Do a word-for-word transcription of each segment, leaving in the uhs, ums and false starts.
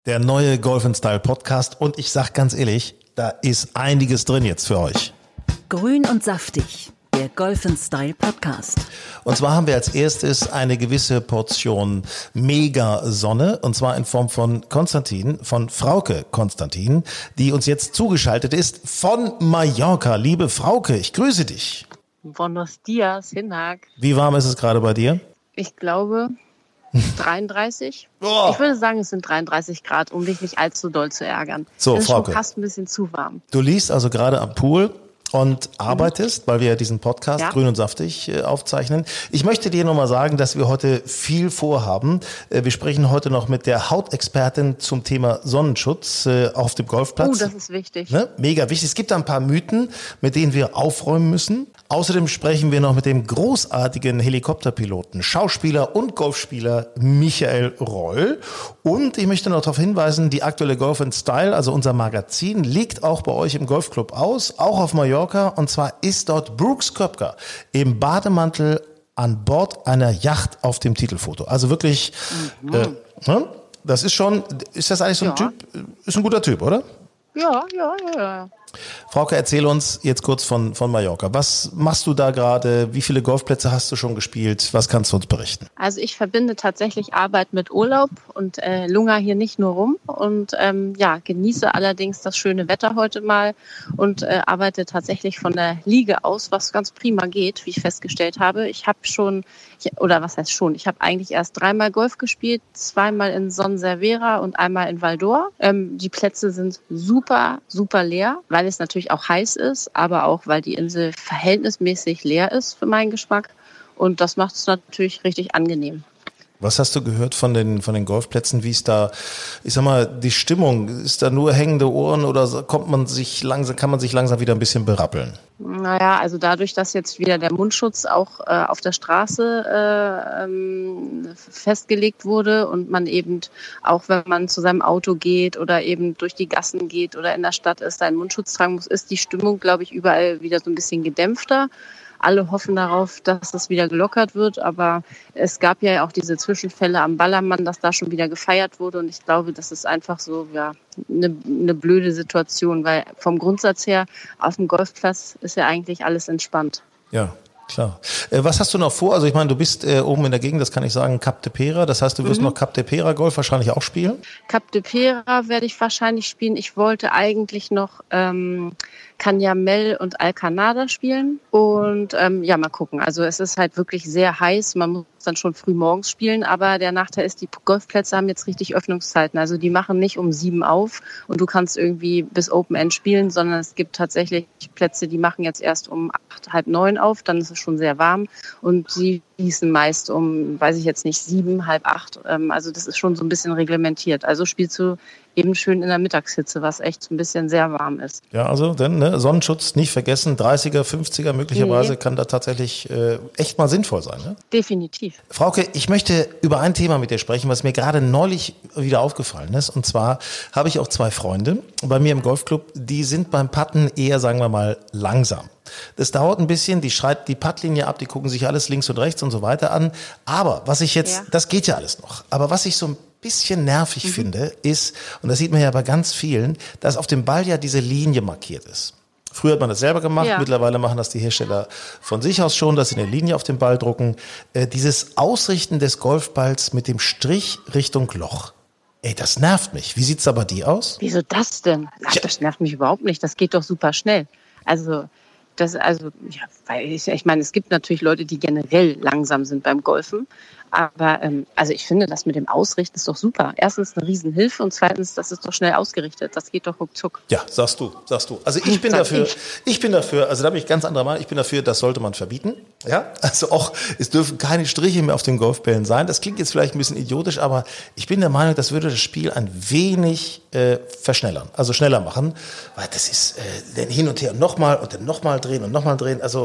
Der neue Golf in Style Podcast und ich sag ganz ehrlich, da ist einiges drin jetzt für euch. Grün und saftig, der Golf in Style Podcast. Und zwar haben wir als erstes eine gewisse Portion Mega-Sonne und zwar in Form von Konstantin, von Frauke Konstantin, die uns jetzt zugeschaltet ist von Mallorca. Liebe Frauke, ich grüße dich. Buenos dias, Hinak. Wie warm ist es gerade bei dir? Ich glaube dreiunddreißig. Oh. Ich würde sagen, es sind dreiunddreißig Grad, um dich nicht allzu doll zu ärgern. So, das ist Frauke. schon fast ein bisschen zu warm. Du liegst also gerade am Pool und arbeitest, weil wir ja diesen Podcast Ja. Grün und Saftig äh, aufzeichnen. Ich möchte dir nochmal sagen, dass wir heute viel vorhaben. Äh, wir sprechen heute noch mit der Hautexpertin zum Thema Sonnenschutz äh, auf dem Golfplatz. Oh, das ist wichtig. Ne? Mega wichtig. Es gibt da ein paar Mythen, mit denen wir aufräumen müssen. Außerdem sprechen wir noch mit dem großartigen Helikopterpiloten, Schauspieler und Golfspieler Michael Roll. Und ich möchte noch darauf hinweisen, die aktuelle Golf in Style, also unser Magazin, liegt auch bei euch im Golfclub aus, auch auf Mallorca. Und zwar ist dort Brooks Koepka im Bademantel an Bord einer Yacht auf dem Titelfoto. Also wirklich, mhm. äh, ne? Das ist schon, ist das eigentlich so ein Ja. Typ, ist ein guter Typ, oder? Ja, ja, ja, ja. Frauke, erzähl uns jetzt kurz von, von Mallorca. Was machst du da gerade? Wie viele Golfplätze hast du schon gespielt? Was kannst du uns berichten? Also ich verbinde tatsächlich Arbeit mit Urlaub und äh, lunger hier nicht nur rum und ähm, ja, genieße allerdings das schöne Wetter heute mal und äh, arbeite tatsächlich von der Liege aus, was ganz prima geht, wie ich festgestellt habe. Ich habe schon, ich, oder was heißt schon, ich habe eigentlich erst dreimal Golf gespielt, zweimal in Son Servera und einmal in Val d'Or. Ähm, die Plätze sind super, super leer, weil es natürlich auch heiß ist, aber auch, weil die Insel verhältnismäßig leer ist für meinen Geschmack. Und das macht es natürlich richtig angenehm. Was hast du gehört von den, von den Golfplätzen? Wie ist da, ich sag mal, die Stimmung? Ist da nur hängende Ohren oder kommt man sich langsam, kann man sich langsam wieder ein bisschen berappeln? Naja, also dadurch, dass jetzt wieder der Mundschutz auch äh, auf der Straße äh, ähm, festgelegt wurde und man eben auch, wenn man zu seinem Auto geht oder eben durch die Gassen geht oder in der Stadt ist, einen Mundschutz tragen muss, ist die Stimmung, glaube ich, überall wieder so ein bisschen gedämpfter. Alle hoffen darauf, dass es wieder gelockert wird, aber es gab ja auch diese Zwischenfälle am Ballermann, dass da schon wieder gefeiert wurde und ich glaube, das ist einfach so ja eine, eine blöde Situation, weil vom Grundsatz her auf dem Golfplatz ist ja eigentlich alles entspannt. Ja, klar. Äh, was hast du noch vor? Also ich meine, du bist äh, oben in der Gegend, das kann ich sagen, Cap de Pera, das heißt, du wirst mhm. noch Cap de Pera Golf wahrscheinlich auch spielen? Cap de Pera werde ich wahrscheinlich spielen. Ich wollte eigentlich noch ähm, Canyamel und Alcanada spielen und ähm, ja, mal gucken. Also es ist halt wirklich sehr heiß, man muss dann schon früh morgens spielen, aber der Nachteil ist, die Golfplätze haben jetzt richtig Öffnungszeiten. Also die machen nicht um sieben auf und du kannst irgendwie bis Open End spielen, sondern es gibt tatsächlich Plätze, die machen jetzt erst um acht, halb neun auf, dann ist es schon sehr warm und sie schließen meist um, weiß ich jetzt nicht, sieben, halb acht. Also das ist schon so ein bisschen reglementiert. Also spielst du eben schön in der Mittagshitze, was echt ein bisschen sehr warm ist. Ja, also denn ne, Sonnenschutz nicht vergessen, dreißiger, fünfziger möglicherweise Nee. kann da tatsächlich äh, echt mal sinnvoll sein. Ne? Definitiv. Frauke, ich möchte über ein Thema mit dir sprechen, was mir gerade neulich wieder aufgefallen ist. Und zwar habe ich auch zwei Freunde bei mir im Golfclub, die sind beim Putten eher, sagen wir mal, langsam. Das dauert ein bisschen, die schreibt die Puttlinie ab, die gucken sich alles links und rechts und so weiter an. Aber was ich jetzt, Ja. das geht ja alles noch, aber was ich so ein bisschen nervig Mhm. finde, ist, und das sieht man ja bei ganz vielen, dass auf dem Ball ja diese Linie markiert ist. Früher hat man das selber gemacht, Ja. mittlerweile machen das die Hersteller von sich aus schon, dass sie eine Linie auf den Ball drucken. Äh, dieses Ausrichten des Golfballs mit dem Strich Richtung Loch. Ey, das nervt mich. Wie sieht's da bei dir aus? Wieso das denn? Ach, Ja. das nervt mich überhaupt nicht. Das geht doch super schnell. Also, das, also, ja, weil ich, ich meine, es gibt natürlich Leute, die generell langsam sind beim Golfen. Aber ähm, also ich finde, das mit dem Ausrichten ist doch super. Erstens eine Riesenhilfe und zweitens, das ist doch schnell ausgerichtet. Das geht doch ruckzuck. Ja, sagst du, sagst du. Also ich bin Sag dafür, ich. ich bin dafür, also da bin ich ganz anderer Meinung, ich bin dafür, das sollte man verbieten. Ja, also auch, es dürfen keine Striche mehr auf den Golfbällen sein. Das klingt jetzt vielleicht ein bisschen idiotisch, aber ich bin der Meinung, das würde das Spiel ein wenig äh, verschnellern, also schneller machen, weil das ist äh, dann hin und her und nochmal und dann nochmal drehen und nochmal drehen, also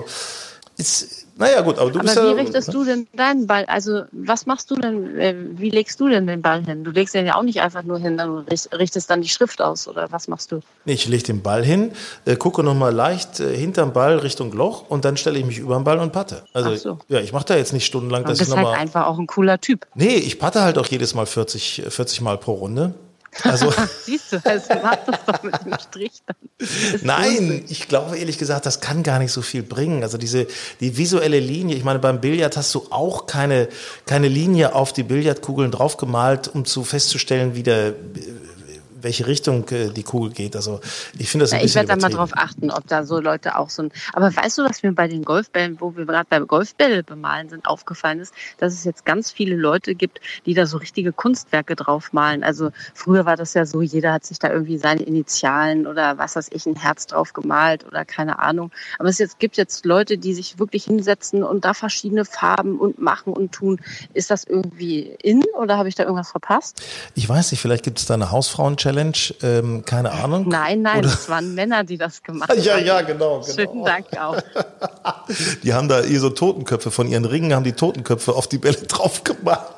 ist, naja gut, aber du Aber bist wie ja... richtest du denn deinen Ball? Also was machst du denn, äh, wie legst du denn den Ball hin? Du legst den ja auch nicht einfach nur hin, du richtest dann die Schrift aus oder was machst du? Nee, ich lege den Ball hin, äh, gucke nochmal leicht äh, hinterm Ball Richtung Loch und dann stelle ich mich über den Ball und patte. Also Ach so. ja, ich mache da jetzt nicht stundenlang, Du dass ich bist halt nochmal... einfach auch ein cooler Typ. Nee, ich patte halt auch jedes Mal vierzig, vierzig Mal pro Runde. Also siehst du, also mach das doch mit dem Strich dann. Nein, ich glaube ehrlich gesagt, das kann gar nicht so viel bringen. Also diese die visuelle Linie, ich meine, beim Billard hast du auch keine keine Linie auf die Billardkugeln draufgemalt, um zu festzustellen, wie der welche Richtung äh, die Kugel geht. Also ich finde das ein ja, bisschen Ich werde da mal drauf achten, ob da so Leute auch so ein... Aber weißt du, was mir bei den Golfbällen, wo wir gerade bei Golfbälle bemalen sind, aufgefallen ist, dass es jetzt ganz viele Leute gibt, die da so richtige Kunstwerke drauf malen. Also früher war das ja so, jeder hat sich da irgendwie seine Initialen oder was weiß ich, ein Herz drauf gemalt oder keine Ahnung. Aber es jetzt, gibt jetzt Leute, die sich wirklich hinsetzen und da verschiedene Farben und machen und tun. Ist das irgendwie in oder habe ich da irgendwas verpasst? Ich weiß nicht, vielleicht gibt es da eine Hausfrauen-Challenge, ähm, keine Ahnung. Nein, nein, Oder? Das waren Männer, die das gemacht haben. Ja, ja, genau, genau. Schönen Dank auch. Die haben da eh so Totenköpfe von ihren Ringen, haben die Totenköpfe auf die Bälle drauf gemacht.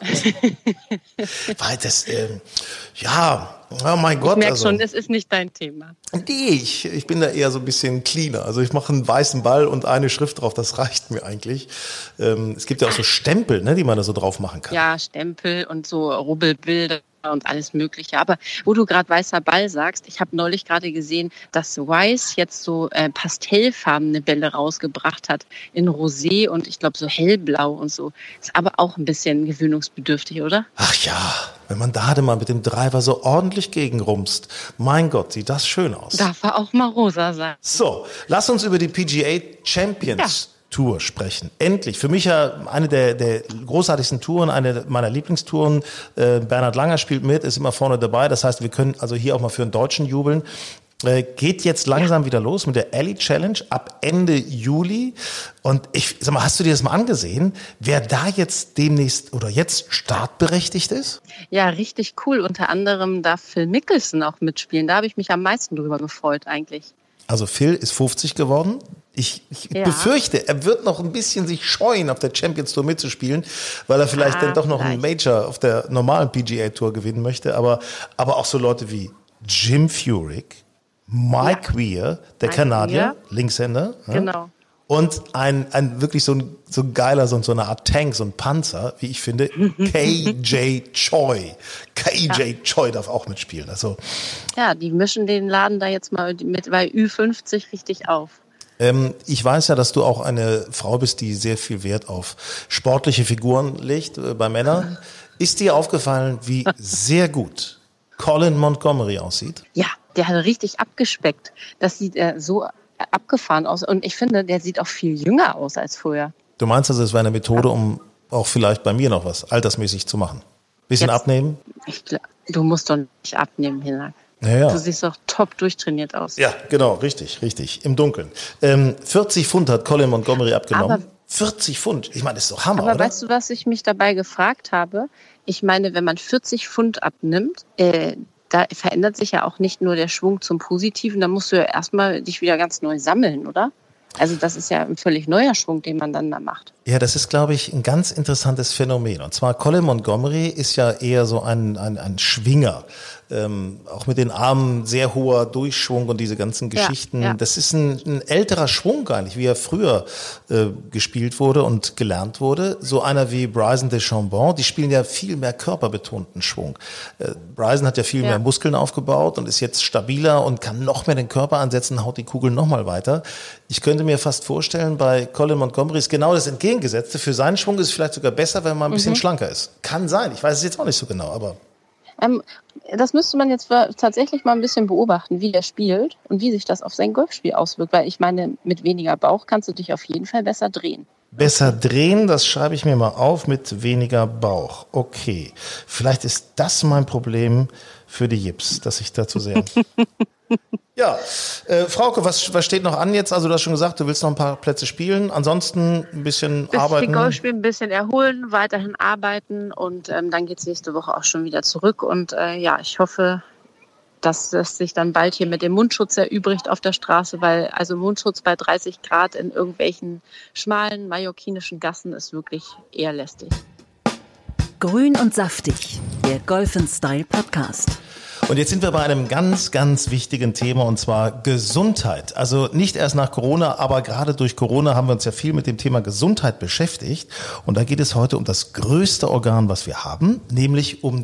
Weil das, ähm, ja, oh mein Gott. Ich merke also, schon, es ist nicht dein Thema. Nee, ich, ich bin da eher so ein bisschen cleaner. Also ich mache einen weißen Ball und eine Schrift drauf, das reicht mir eigentlich. Ähm, es gibt ja auch so Stempel, ne, die man da so drauf machen kann. Ja, Stempel und so Rubbelbilder und alles Mögliche. Aber wo du gerade weißer Ball sagst, ich habe neulich gerade gesehen, dass Weiß jetzt so äh, pastellfarbene Bälle rausgebracht hat in Rosé und ich glaube so hellblau und so. Ist aber auch ein bisschen gewöhnungsbedürftig, oder? Ach ja, wenn man da mal mit dem Driver so ordentlich gegenrumst. Mein Gott, sieht das schön aus. Darf er auch mal rosa sein. So, lass uns über die P G A Champions ja. Tour sprechen. Endlich. Für mich ja eine der, der großartigsten Touren, eine meiner Lieblingstouren. Äh, Bernhard Langer spielt mit, ist immer vorne dabei. Das heißt, wir können also hier auch mal für einen Deutschen jubeln. Äh, geht jetzt langsam wieder los mit der Alley Challenge ab Ende Juli. Und ich sag mal, hast du dir das mal angesehen, wer da jetzt demnächst oder jetzt startberechtigt ist? Ja, richtig cool. Unter anderem darf Phil Mickelson auch mitspielen. Da habe ich mich am meisten drüber gefreut eigentlich. Also Phil ist fünfzig geworden. Ich, ich ja. befürchte, er wird noch ein bisschen sich scheuen, auf der Champions Tour mitzuspielen, weil er vielleicht ah, dann doch noch vielleicht. einen Major auf der normalen P G A Tour gewinnen möchte. Aber, aber auch so Leute wie Jim Furyk, Mike ja. Weir, der Mike Kanadier, Weir. Linkshänder. Genau. Ja? Und ein, ein wirklich so ein, so ein geiler, so, so eine Art Tank, so ein Panzer, wie ich finde, K J Choi. K J ja. Choi darf auch mitspielen. Also, ja, die mischen den Laden da jetzt mal mit bei Ü fünfzig richtig auf. Ähm, ich weiß ja, dass du auch eine Frau bist, die sehr viel Wert auf sportliche Figuren legt äh, bei Männern. Ist dir aufgefallen, wie sehr gut Colin Montgomery aussieht? Ja, der hat richtig abgespeckt. Das sieht äh, so abgefahren aus. Und ich finde, der sieht auch viel jünger aus als früher. Du meinst also, es wäre eine Methode, um auch vielleicht bei mir noch was altersmäßig zu machen? Bisschen Jetzt, abnehmen? Ich, du musst doch nicht abnehmen, Hinak. Ja, ja. Du siehst doch top durchtrainiert aus. Ja, genau, richtig, richtig, im Dunkeln. Ähm, vierzig Pfund hat Colin Montgomery abgenommen. Aber, vierzig Pfund, ich meine, das ist doch Hammer, aber oder? Weißt du, was ich mich dabei gefragt habe? Ich meine, wenn man vierzig Pfund abnimmt, äh, da verändert sich ja auch nicht nur der Schwung zum Positiven, da musst du ja erstmal dich wieder ganz neu sammeln, oder? Also das ist ja ein völlig neuer Schwung, den man dann da macht. Ja, das ist, glaube ich, ein ganz interessantes Phänomen. Und zwar Colin Montgomery ist ja eher so ein, ein, ein Schwinger. Ähm, auch mit den Armen sehr hoher Durchschwung und diese ganzen Geschichten. Ja, ja. Das ist ein, ein älterer Schwung eigentlich, wie er früher äh, gespielt wurde und gelernt wurde. So einer wie Bryson DeChambeau, die spielen ja viel mehr körperbetonten Schwung. Äh, Bryson hat ja viel ja. mehr Muskeln aufgebaut und ist jetzt stabiler und kann noch mehr den Körper ansetzen, haut die Kugel noch mal weiter. Ich könnte mir fast vorstellen, bei Colin Montgomery ist genau das Entgegengesetzte. Für seinen Schwung ist es vielleicht sogar besser, wenn man ein bisschen mhm. schlanker ist. Kann sein, ich weiß es jetzt auch nicht so genau, aber... Ähm, das müsste man jetzt tatsächlich mal ein bisschen beobachten, wie er spielt und wie sich das auf sein Golfspiel auswirkt. Weil ich meine, mit weniger Bauch kannst du dich auf jeden Fall besser drehen. Besser drehen, das schreibe ich mir mal auf, mit weniger Bauch. Okay, vielleicht ist das mein Problem für die Jips, dass ich dazu sehr... Ja, äh, Frauke, was, was steht noch an jetzt? Also du hast schon gesagt, du willst noch ein paar Plätze spielen. Ansonsten ein bisschen, bisschen arbeiten. Golf spielen, ein bisschen erholen, weiterhin arbeiten und ähm, dann geht es nächste Woche auch schon wieder zurück. Und äh, ja, ich hoffe, dass es sich dann bald hier mit dem Mundschutz erübrigt auf der Straße, weil also Mundschutz bei dreißig Grad in irgendwelchen schmalen mallorquinischen Gassen ist wirklich eher lästig. Grün und saftig, der Golf and Style Podcast. Und jetzt sind wir bei einem ganz, ganz wichtigen Thema, und zwar Gesundheit. Also nicht erst nach Corona, aber gerade durch Corona haben wir uns ja viel mit dem Thema Gesundheit beschäftigt. Und da geht es heute um das größte Organ, was wir haben, nämlich um die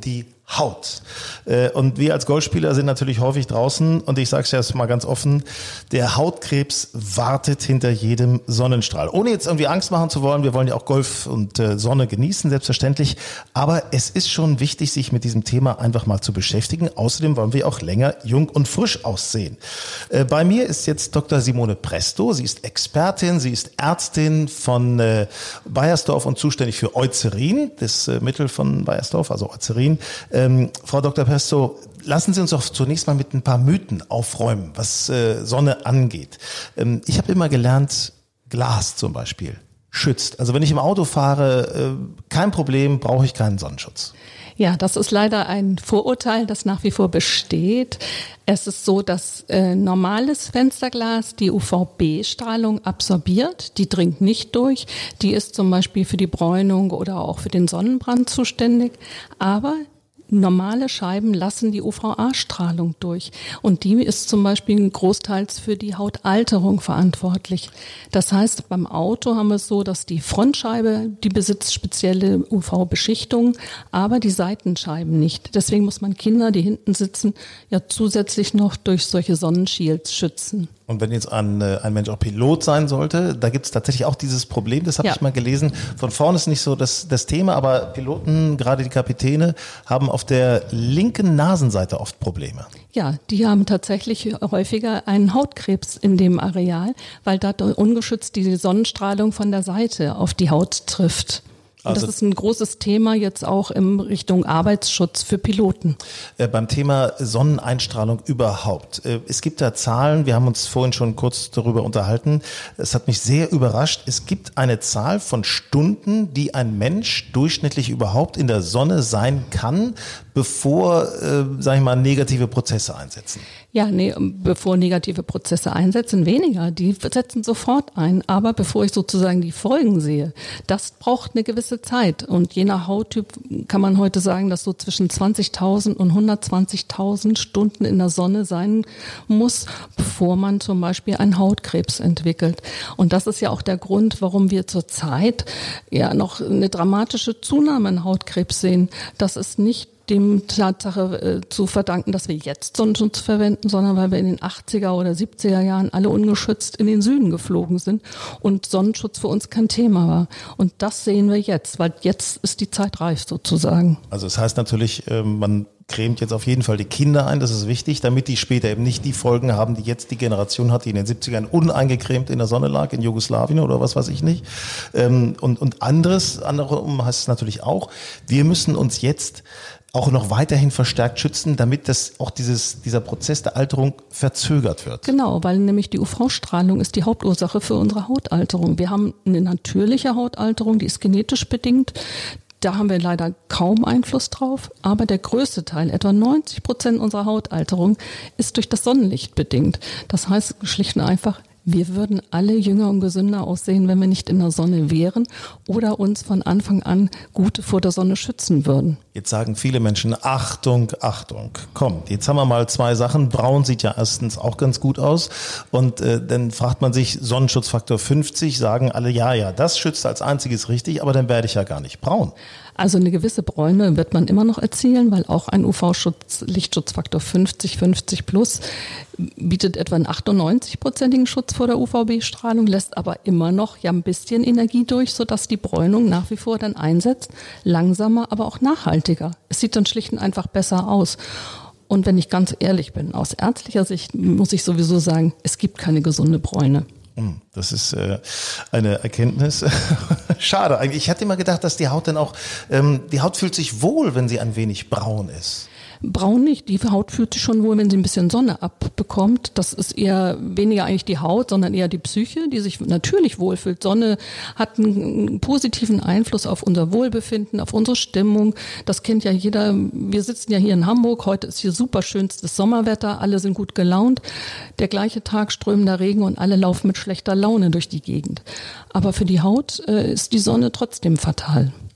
Haut. Und wir als Golfspieler sind natürlich häufig draußen und ich sage es jetzt mal ganz offen, der Hautkrebs wartet hinter jedem Sonnenstrahl. Ohne jetzt irgendwie Angst machen zu wollen, wir wollen ja auch Golf und Sonne genießen, selbstverständlich, aber es ist schon wichtig, sich mit diesem Thema einfach mal zu beschäftigen. Außerdem wollen wir auch länger jung und frisch aussehen. Bei mir ist jetzt Doktor Simone Presto, sie ist Expertin, sie ist Ärztin von Baiersdorf und zuständig für Eucerin, das Mittel von Baiersdorf, also Eucerin. Ähm, Frau Doktor Presto, lassen Sie uns doch zunächst mal mit ein paar Mythen aufräumen, was äh, Sonne angeht. Ähm, ich habe immer gelernt, Glas zum Beispiel schützt. Also wenn ich im Auto fahre, äh, kein Problem, brauche ich keinen Sonnenschutz. Ja, das ist leider ein Vorurteil, das nach wie vor besteht. Es ist so, dass äh, normales Fensterglas die U V B-Strahlung absorbiert, die dringt nicht durch. Die ist zum Beispiel für die Bräunung oder auch für den Sonnenbrand zuständig. Aber normale Scheiben lassen die U V A-Strahlung durch und die ist zum Beispiel großteils für die Hautalterung verantwortlich. Das heißt, beim Auto haben wir es so, dass die Frontscheibe, die besitzt spezielle U V-Beschichtung, aber die Seitenscheiben nicht. Deswegen muss man Kinder, die hinten sitzen, ja zusätzlich noch durch solche Sonnenshields schützen. Und wenn jetzt ein, ein Mensch auch Pilot sein sollte, da gibt es tatsächlich auch dieses Problem, das habe ja. ich mal gelesen. Von vorne ist nicht so das, das Thema, aber Piloten, gerade die Kapitäne, haben auf der linken Nasenseite oft Probleme. Ja, die haben tatsächlich häufiger einen Hautkrebs in dem Areal, weil da ungeschützt die Sonnenstrahlung von der Seite auf die Haut trifft. Und also, das ist ein großes Thema jetzt auch in Richtung Arbeitsschutz für Piloten. Äh, beim Thema Sonneneinstrahlung überhaupt. Äh, es gibt da Zahlen, wir haben uns vorhin schon kurz darüber unterhalten. Es hat mich sehr überrascht. Es gibt eine Zahl von Stunden, die ein Mensch durchschnittlich überhaupt in der Sonne sein kann, bevor, äh, sag ich mal, negative Prozesse einsetzen. Ja, nee, bevor negative Prozesse einsetzen, weniger. Die setzen sofort ein. Aber bevor ich sozusagen die Folgen sehe, das braucht eine gewisse Zeit. Und je nach Hauttyp kann man heute sagen, dass so zwischen zwanzigtausend und hundertzwanzigtausend Stunden in der Sonne sein muss, bevor man zum Beispiel einen Hautkrebs entwickelt. Und das ist ja auch der Grund, warum wir zurzeit ja noch eine dramatische Zunahme in Hautkrebs sehen. Das ist nicht dem Tatsache äh, zu verdanken, dass wir jetzt Sonnenschutz verwenden, sondern weil wir in den achtziger oder siebziger Jahren alle ungeschützt in den Süden geflogen sind und Sonnenschutz für uns kein Thema war. Und das sehen wir jetzt, weil jetzt ist die Zeit reif sozusagen. Also das heißt natürlich, äh, man cremt jetzt auf jeden Fall die Kinder ein, das ist wichtig, damit die später eben nicht die Folgen haben, die jetzt die Generation hat, die in den siebzigern uneingecremt in der Sonne lag, in Jugoslawien oder was weiß ich nicht. Ähm, und, und anderes, andere heißt es natürlich auch, wir müssen uns jetzt auch noch weiterhin verstärkt schützen, damit das auch dieses, dieser Prozess der Alterung verzögert wird. Genau, weil nämlich die U V-Strahlung ist die Hauptursache für unsere Hautalterung. Wir haben eine natürliche Hautalterung, die ist genetisch bedingt. Da haben wir leider kaum Einfluss drauf, aber der größte Teil, etwa neunzig Prozent unserer Hautalterung, ist durch das Sonnenlicht bedingt. Das heißt schlicht und einfach, wir würden alle jünger und gesünder aussehen, wenn wir nicht in der Sonne wären oder uns von Anfang an gut vor der Sonne schützen würden. Jetzt sagen viele Menschen, Achtung, Achtung, komm, jetzt haben wir mal zwei Sachen. Braun sieht ja erstens auch ganz gut aus und äh, dann fragt man sich, Sonnenschutzfaktor fünfzig, sagen alle, ja, ja, das schützt als einziges richtig, aber dann werde ich ja gar nicht braun. Also eine gewisse Bräune wird man immer noch erzielen, weil auch ein U V-Schutz, Lichtschutzfaktor fünfzig, fünfzig plus bietet etwa einen achtundneunzig-prozentigen Schutz vor der U V B-Strahlung, lässt aber immer noch ja ein bisschen Energie durch, sodass die Bräunung nach wie vor dann einsetzt, langsamer, aber auch nachhaltiger. Es sieht dann schlicht und einfach besser aus. Und wenn ich ganz ehrlich bin, aus ärztlicher Sicht muss ich sowieso sagen, es gibt keine gesunde Bräune. Das ist äh, eine Erkenntnis. Schade eigentlich. Ich hatte immer gedacht, dass die Haut dann auch, ähm, die Haut fühlt sich wohl, wenn sie ein wenig braun ist. Braun nicht. Die Haut fühlt sich schon wohl, wenn sie ein bisschen Sonne abbekommt. Das ist eher weniger eigentlich die Haut, sondern eher die Psyche, die sich natürlich wohlfühlt. Sonne hat einen positiven Einfluss auf unser Wohlbefinden, auf unsere Stimmung. Das kennt ja jeder. Wir sitzen ja hier in Hamburg. Heute ist hier super schönstes Sommerwetter. Alle sind gut gelaunt. Der gleiche Tag strömender Regen und alle laufen mit schlechter Laune durch die Gegend. Aber für die Haut äh, ist die Sonne trotzdem fatal.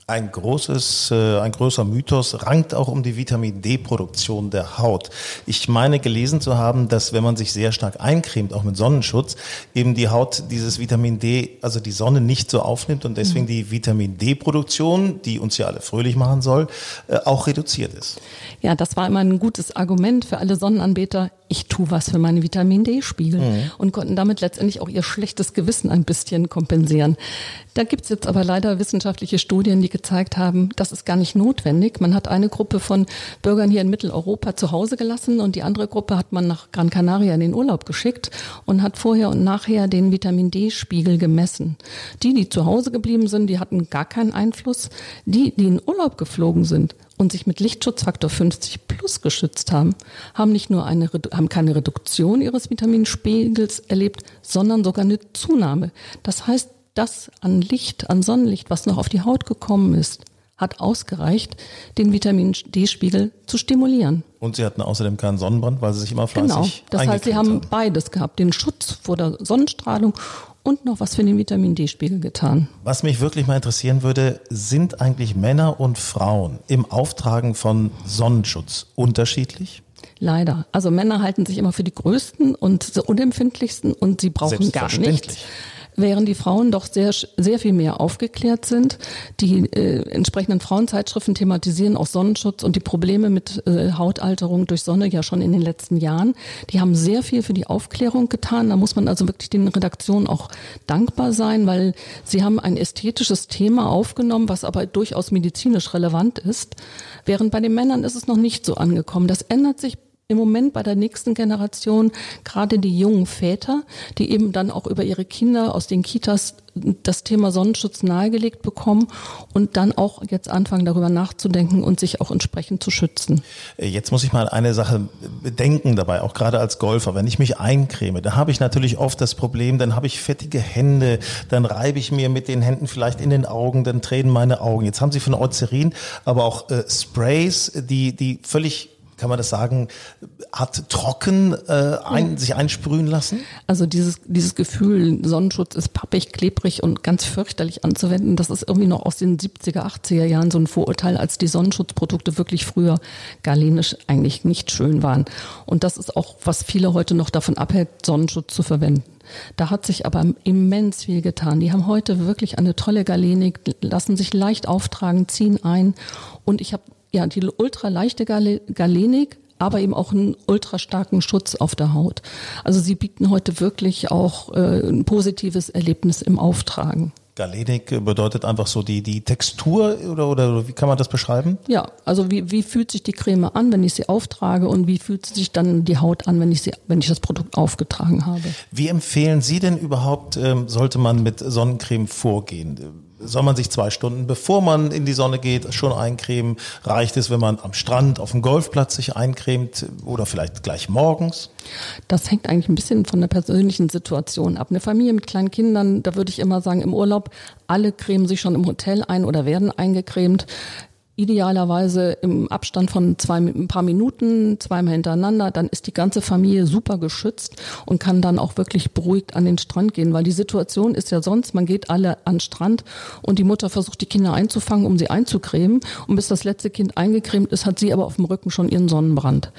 Ein großes, äh, ein großer Mythos rankt auch um die Vitamin-D-Produktion der Haut. Ich meine gelesen zu haben, dass wenn man sich sehr stark eincremt, auch mit Sonnenschutz, eben die Haut dieses Vitamin D, also die Sonne nicht so aufnimmt und deswegen mhm. die Vitamin-D-Produktion, die uns ja alle fröhlich machen soll, äh, auch reduziert ist. Ja, das war immer ein gutes Argument für alle Sonnenanbeter. Ich tue was für meine Vitamin-D-Spiegel mhm. und konnten damit letztendlich auch ihr schlechtes Gewissen ein bisschen kompensieren. Da gibt's jetzt aber leider wissenschaftliche Studien, die gezeigt haben, das ist gar nicht notwendig. Man hat eine Gruppe von Bürgern hier in Mitteleuropa zu Hause gelassen und die andere Gruppe hat man nach Gran Canaria in den Urlaub geschickt und hat vorher und nachher den Vitamin-D-Spiegel gemessen. Die, die zu Hause geblieben sind, die hatten gar keinen Einfluss. Die, die in Urlaub geflogen sind und sich mit Lichtschutzfaktor fünfzig plus geschützt haben, haben nicht nur eine, haben keine Reduktion ihres Vitaminspiegels erlebt, sondern sogar eine Zunahme. Das heißt, das an Licht, an Sonnenlicht, was noch auf die Haut gekommen ist, hat ausgereicht, den Vitamin-D-Spiegel zu stimulieren. Und sie hatten außerdem keinen Sonnenbrand, weil sie sich immer fleißig Genau, das heißt, sie haben, haben beides gehabt, den Schutz vor der Sonnenstrahlung und noch was für den Vitamin-D-Spiegel getan. Was mich wirklich mal interessieren würde, sind eigentlich Männer und Frauen im Auftragen von Sonnenschutz unterschiedlich? Leider. Also Männer halten sich immer für die größten und die unempfindlichsten und sie brauchen gar nichts. Während die Frauen doch sehr sehr viel mehr aufgeklärt sind. Die äh, entsprechenden Frauenzeitschriften thematisieren auch Sonnenschutz und die Probleme mit äh, Hautalterung durch Sonne ja schon in den letzten Jahren. Die haben sehr viel für die Aufklärung getan. Da muss man also wirklich den Redaktionen auch dankbar sein, weil sie haben ein ästhetisches Thema aufgenommen, was aber durchaus medizinisch relevant ist. Während bei den Männern ist es noch nicht so angekommen. Das ändert sich im Moment bei der nächsten Generation, gerade die jungen Väter, die eben dann auch über ihre Kinder aus den Kitas das Thema Sonnenschutz nahegelegt bekommen und dann auch jetzt anfangen, darüber nachzudenken und sich auch entsprechend zu schützen. Jetzt muss ich mal eine Sache bedenken dabei, auch gerade als Golfer. Wenn ich mich eincreme, da habe ich natürlich oft das Problem, dann habe ich fettige Hände, dann reibe ich mir mit den Händen vielleicht in den Augen, dann tränen meine Augen. Jetzt haben Sie von Eucerin aber auch äh, Sprays, die, die völlig, kann man das sagen, hat trocken äh, ein, sich einsprühen lassen? Also dieses dieses Gefühl, Sonnenschutz ist pappig, klebrig und ganz fürchterlich anzuwenden, das ist irgendwie noch aus den siebziger, achtziger Jahren so ein Vorurteil, als die Sonnenschutzprodukte wirklich früher galenisch eigentlich nicht schön waren. Und das ist auch, was viele heute noch davon abhält, Sonnenschutz zu verwenden. Da hat sich aber immens viel getan. Die haben heute wirklich eine tolle Galenik, lassen sich leicht auftragen, ziehen ein und ich habe ja, die ultraleichte Galenik, aber eben auch einen ultrastarken Schutz auf der Haut. Also sie bieten heute wirklich auch äh, ein positives Erlebnis im Auftragen. Galenik bedeutet einfach so die, die Textur oder, oder wie kann man das beschreiben? Ja, also wie, wie fühlt sich die Creme an, wenn ich sie auftrage und wie fühlt sich dann die Haut an, wenn ich sie, wenn ich das Produkt aufgetragen habe? Wie empfehlen Sie denn überhaupt, ähm, sollte man mit Sonnencreme vorgehen? Soll man sich zwei Stunden, bevor man in die Sonne geht, schon eincremen? Reicht es, wenn man am Strand, auf dem Golfplatz sich eincremt oder vielleicht gleich morgens? Das hängt eigentlich ein bisschen von der persönlichen Situation ab. Eine Familie mit kleinen Kindern, da würde ich immer sagen, im Urlaub, alle cremen sich schon im Hotel ein oder werden eingecremt. Idealerweise im Abstand von zwei, ein paar Minuten, zweimal hintereinander, dann ist die ganze Familie super geschützt und kann dann auch wirklich beruhigt an den Strand gehen, weil die Situation ist ja sonst, man geht alle an den Strand und die Mutter versucht die Kinder einzufangen, um sie einzucremen und bis das letzte Kind eingecremt ist, hat sie aber auf dem Rücken schon ihren Sonnenbrand.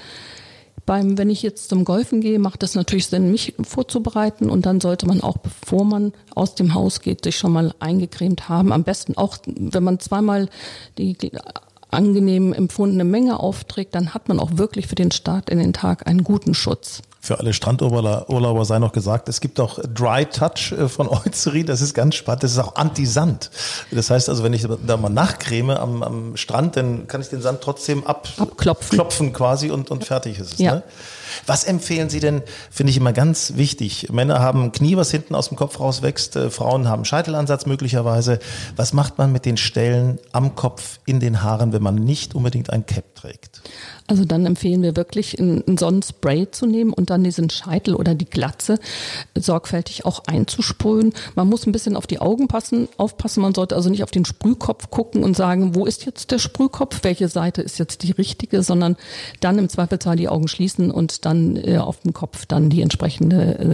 Beim, wenn ich jetzt zum Golfen gehe, macht es natürlich Sinn, mich vorzubereiten und dann sollte man auch, bevor man aus dem Haus geht, sich schon mal eingecremt haben. Am besten auch, wenn man zweimal die angenehm empfundene Menge aufträgt, dann hat man auch wirklich für den Start in den Tag einen guten Schutz. Für alle Strandurlauber sei noch gesagt, es gibt auch Dry Touch von Eucerin, das ist ganz spannend, das ist auch Anti-Sand. Das heißt also, wenn ich da mal nachcreme am, am Strand, dann kann ich den Sand trotzdem ab, abklopfen klopfen quasi und, und fertig ist es. Ja. Ne? Was empfehlen Sie denn, finde ich immer ganz wichtig. Männer haben ein Knie, was hinten aus dem Kopf rauswächst, äh, Frauen haben Scheitelansatz möglicherweise. Was macht man mit den Stellen am Kopf, in den Haaren, wenn man nicht unbedingt ein Cap trägt? Also dann empfehlen wir wirklich, ein, ein Sonnenspray zu nehmen und dann diesen Scheitel oder die Glatze sorgfältig auch einzusprühen. Man muss ein bisschen auf die Augen passen, aufpassen. Man sollte also nicht auf den Sprühkopf gucken und sagen, wo ist jetzt der Sprühkopf, welche Seite ist jetzt die richtige, sondern dann im Zweifelsfall die Augen schließen und dann äh, auf dem Kopf dann die entsprechende äh,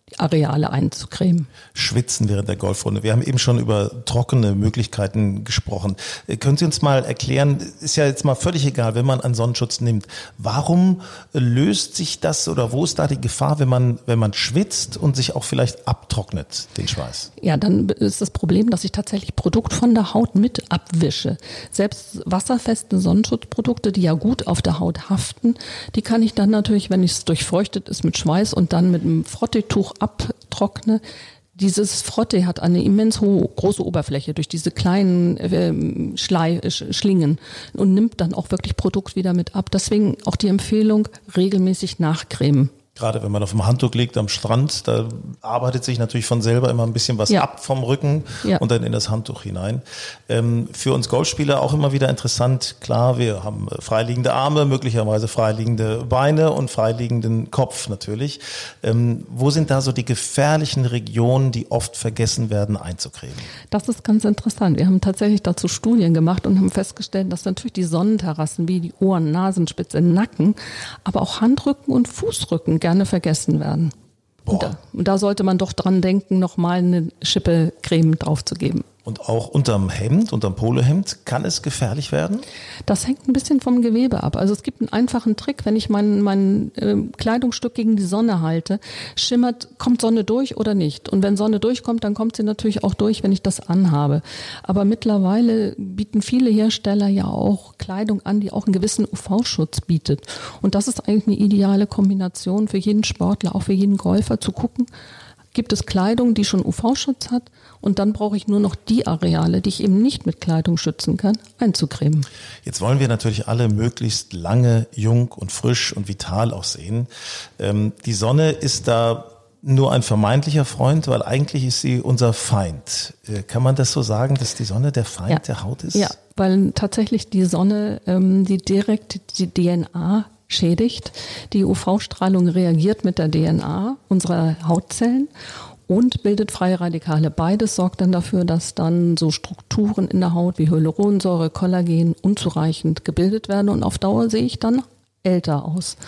die Areale einzucremen. Schwitzen während der Golfrunde. Wir haben eben schon über trockene Möglichkeiten gesprochen. Können Sie uns mal erklären, ist ja jetzt mal völlig egal, wenn man einen Sonnenschutz nimmt, warum löst sich das oder wo ist da die Gefahr, wenn man, wenn man schwitzt und sich auch vielleicht abtrocknet, den Schweiß? Ja, dann ist das Problem, dass ich tatsächlich Produkt von der Haut mit abwische. Selbst wasserfeste Sonnenschutzprodukte, die ja gut auf der Haut haften, die kann ich dann natürlich, wenn es durchfeuchtet ist mit Schweiß und dann mit einem Frotteetuch abtrockne. Dieses Frottee hat eine immens hohe, große Oberfläche durch diese kleinen äh, Schlei, äh, Schlingen und nimmt dann auch wirklich Produkt wieder mit ab. Deswegen auch die Empfehlung, regelmäßig nachcremen. Gerade wenn man auf dem Handtuch liegt am Strand, da arbeitet sich natürlich von selber immer ein bisschen was ja. ab vom Rücken ja. und dann in das Handtuch hinein. Ähm, für uns Golfspieler auch immer wieder interessant. Klar, wir haben freiliegende Arme, möglicherweise freiliegende Beine und freiliegenden Kopf natürlich. Ähm, wo sind da so die gefährlichen Regionen, die oft vergessen werden einzucremen? Das ist ganz interessant. Wir haben tatsächlich dazu Studien gemacht und haben festgestellt, dass natürlich die Sonnenterrassen wie die Ohren, Nasenspitze, Nacken, aber auch Handrücken und Fußrücken gerne vergessen werden. Und da, und da sollte man doch dran denken, nochmal eine Schippe Creme draufzugeben. Und auch unterm Hemd, unterm Polohemd, kann es gefährlich werden? Das hängt ein bisschen vom Gewebe ab. Also es gibt einen einfachen Trick, wenn ich mein, mein äh, Kleidungsstück gegen die Sonne halte, schimmert, kommt Sonne durch oder nicht? Und wenn Sonne durchkommt, dann kommt sie natürlich auch durch, wenn ich das anhabe. Aber mittlerweile bieten viele Hersteller ja auch Kleidung an, die auch einen gewissen U V-Schutz bietet. Und das ist eigentlich eine ideale Kombination für jeden Sportler, auch für jeden Golfer, zu gucken, gibt es Kleidung, die schon U V-Schutz hat, und dann brauche ich nur noch die Areale, die ich eben nicht mit Kleidung schützen kann, einzucremen. Jetzt wollen wir natürlich alle möglichst lange, jung und frisch und vital aussehen. Ähm, die Sonne ist da nur ein vermeintlicher Freund, weil eigentlich ist sie unser Feind. Äh, kann man das so sagen, dass die Sonne der Feind ja. der Haut ist? Ja, weil tatsächlich die Sonne, ähm, die direkt die D N A schädigt. Die U V-Strahlung reagiert mit der D N A unserer Hautzellen und bildet freie Radikale. Beides sorgt dann dafür, dass dann so Strukturen in der Haut wie Hyaluronsäure, Kollagen unzureichend gebildet werden und auf Dauer sehe ich dann älter aus.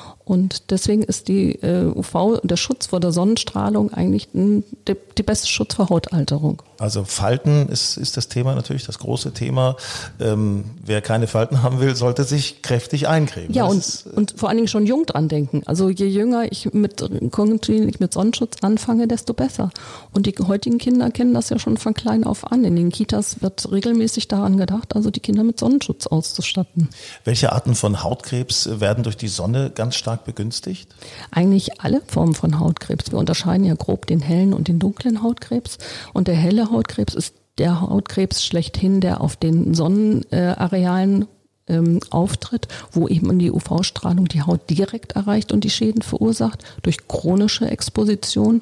Und deswegen ist die äh, U V, der Schutz vor der Sonnenstrahlung eigentlich n, die, die beste Schutz vor Hautalterung. Also Falten ist, ist das Thema natürlich, das große Thema. Ähm, wer keine Falten haben will, sollte sich kräftig eincremen. Ja, und, ist, äh und vor allen Dingen schon jung dran denken. Also je jünger ich mit kontinuierlich mit Sonnenschutz anfange, desto besser. Und die heutigen Kinder kennen das ja schon von klein auf an. In den Kitas wird regelmäßig daran gedacht, also die Kinder mit Sonnenschutz auszustatten. Welche Arten von Hautkrebs werden durch die Sonne ganz stark begünstigt? Eigentlich alle Formen von Hautkrebs. Wir unterscheiden ja grob den hellen und den dunklen Hautkrebs. Und der helle Hautkrebs ist der Hautkrebs schlechthin, der auf den Sonnenarealen ähm, auftritt, wo eben die U V-Strahlung die Haut direkt erreicht und die Schäden verursacht durch chronische Exposition.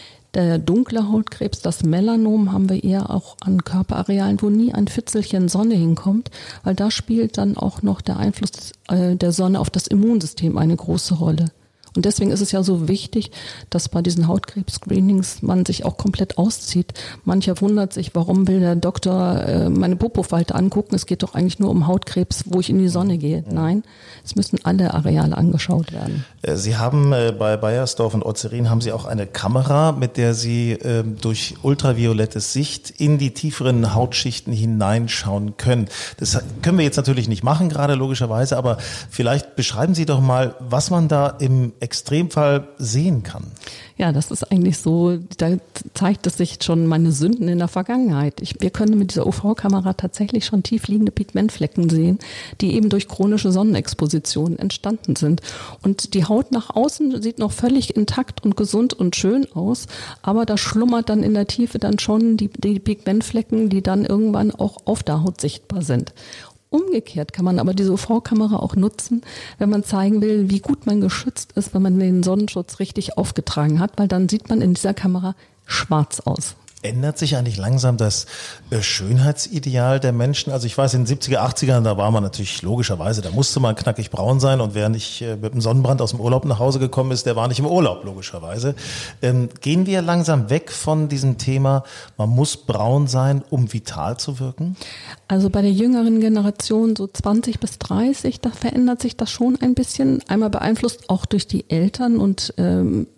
Der dunkle Hautkrebs, das Melanom, haben wir eher auch an Körperarealen, wo nie ein Fitzelchen Sonne hinkommt, weil da spielt dann auch noch der Einfluss äh, der Sonne auf das Immunsystem eine große Rolle. Und deswegen ist es ja so wichtig, dass bei diesen Hautkrebs-Screenings man sich auch komplett auszieht. Mancher wundert sich, warum will der Doktor äh, meine Popofalte angucken? Es geht doch eigentlich nur um Hautkrebs, wo ich in die Sonne gehe. Nein, es müssen alle Areale angeschaut werden. Sie haben äh, bei Beiersdorf und Ozerin haben Sie auch eine Kamera, mit der Sie äh, durch ultraviolettes Sicht in die tieferen Hautschichten hineinschauen können. Das können wir jetzt natürlich nicht machen, gerade logischerweise, aber vielleicht beschreiben Sie doch mal, was man da im Extremfall sehen kann. Ja, das ist eigentlich so, da zeigt es sich schon meine Sünden in der Vergangenheit. Ich, wir können mit dieser U V-Kamera tatsächlich schon tiefliegende Pigmentflecken sehen, die eben durch chronische Sonnenexposition entstanden sind. Und die Haut nach außen sieht noch völlig intakt und gesund und schön aus, aber da schlummert dann in der Tiefe dann schon die, die Pigmentflecken, die dann irgendwann auch auf der Haut sichtbar sind. Umgekehrt kann man aber diese U V-Kamera auch nutzen, wenn man zeigen will, wie gut man geschützt ist, wenn man den Sonnenschutz richtig aufgetragen hat, weil dann sieht man in dieser Kamera schwarz aus. Ändert sich eigentlich langsam das äh, Schönheitsideal der Menschen? Also ich weiß, in den siebziger, achtzigern, da war man natürlich logischerweise, da musste man knackig braun sein und wer nicht äh, mit dem Sonnenbrand aus dem Urlaub nach Hause gekommen ist, der war nicht im Urlaub, logischerweise. Ähm, gehen wir langsam weg von diesem Thema, man muss braun sein, um vital zu wirken? Also bei der jüngeren Generation, so zwanzig bis dreißig, da verändert sich das schon ein bisschen. Einmal beeinflusst auch durch die Eltern und ähm,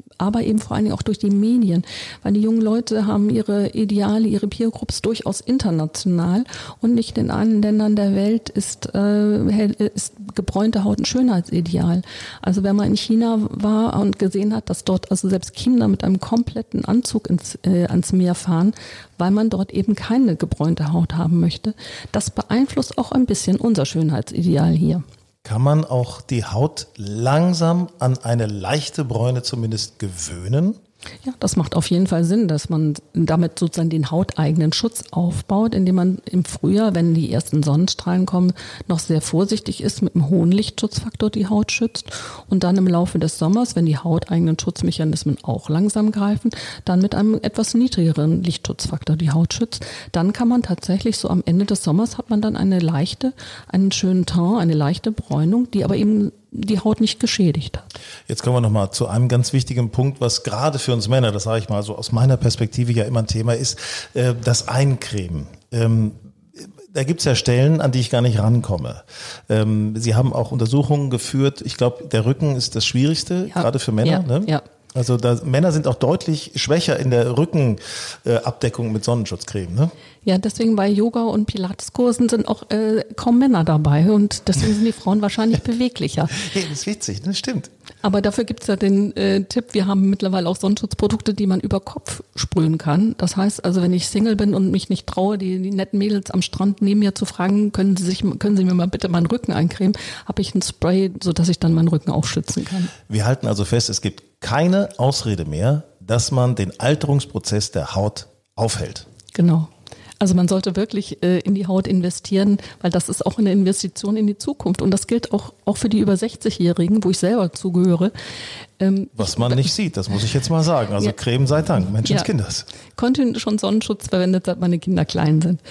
aber eben vor allen Dingen auch durch die Medien, weil die jungen Leute haben ihre Ideale, ihre Peergroups durchaus international und nicht in allen Ländern der Welt ist, äh, ist gebräunte Haut ein Schönheitsideal. Also wenn man in China war und gesehen hat, dass dort also selbst Kinder mit einem kompletten Anzug ins, äh, ans Meer fahren, weil man dort eben keine gebräunte Haut haben möchte, das beeinflusst auch ein bisschen unser Schönheitsideal hier. Kann man auch die Haut langsam an eine leichte Bräune zumindest gewöhnen? Ja, das macht auf jeden Fall Sinn, dass man damit sozusagen den hauteigenen Schutz aufbaut, indem man im Frühjahr, wenn die ersten Sonnenstrahlen kommen, noch sehr vorsichtig ist, mit einem hohen Lichtschutzfaktor die Haut schützt und dann im Laufe des Sommers, wenn die hauteigenen Schutzmechanismen auch langsam greifen, dann mit einem etwas niedrigeren Lichtschutzfaktor die Haut schützt. Dann kann man tatsächlich so am Ende des Sommers hat man dann eine leichte, einen schönen Teint, eine leichte Bräunung, die aber eben die Haut nicht geschädigt hat. Jetzt kommen wir nochmal zu einem ganz wichtigen Punkt, was gerade für uns Männer, das sage ich mal so aus meiner Perspektive ja immer ein Thema ist, äh, das Eincremen. Ähm, da gibt's ja Stellen, an die ich gar nicht rankomme. Ähm, Sie haben auch Untersuchungen geführt. Ich glaube, der Rücken ist das Schwierigste, ja. gerade für Männer. Ja, ne? ja. Also da, Männer sind auch deutlich schwächer in der Rückenabdeckung äh, mit Sonnenschutzcreme, ne? Ja, deswegen bei Yoga- und Pilateskursen sind auch äh, kaum Männer dabei und deswegen sind die Frauen wahrscheinlich beweglicher. Hey, das ist witzig, das stimmt. Aber dafür gibt's ja den äh, Tipp, wir haben mittlerweile auch Sonnenschutzprodukte, die man über Kopf sprühen kann. Das heißt also, wenn ich Single bin und mich nicht traue, die, die netten Mädels am Strand neben mir zu fragen, können Sie sich, können Sie mir mal bitte meinen Rücken eincremen, habe ich ein Spray, sodass ich dann meinen Rücken auch schützen kann. Wir halten also fest, es gibt keine Ausrede mehr, dass man den Alterungsprozess der Haut aufhält. Genau. Also man sollte wirklich äh, in die Haut investieren, weil das ist auch eine Investition in die Zukunft. Und das gilt auch, auch für die über sechzig-Jährigen, wo ich selber zugehöre. Ähm, Was man nicht sieht, das muss ich jetzt mal sagen. Also ja. Creme sei Dank, Menschenskinders. Ja. Konnte schon Sonnenschutz verwendet, seit meine Kinder klein sind.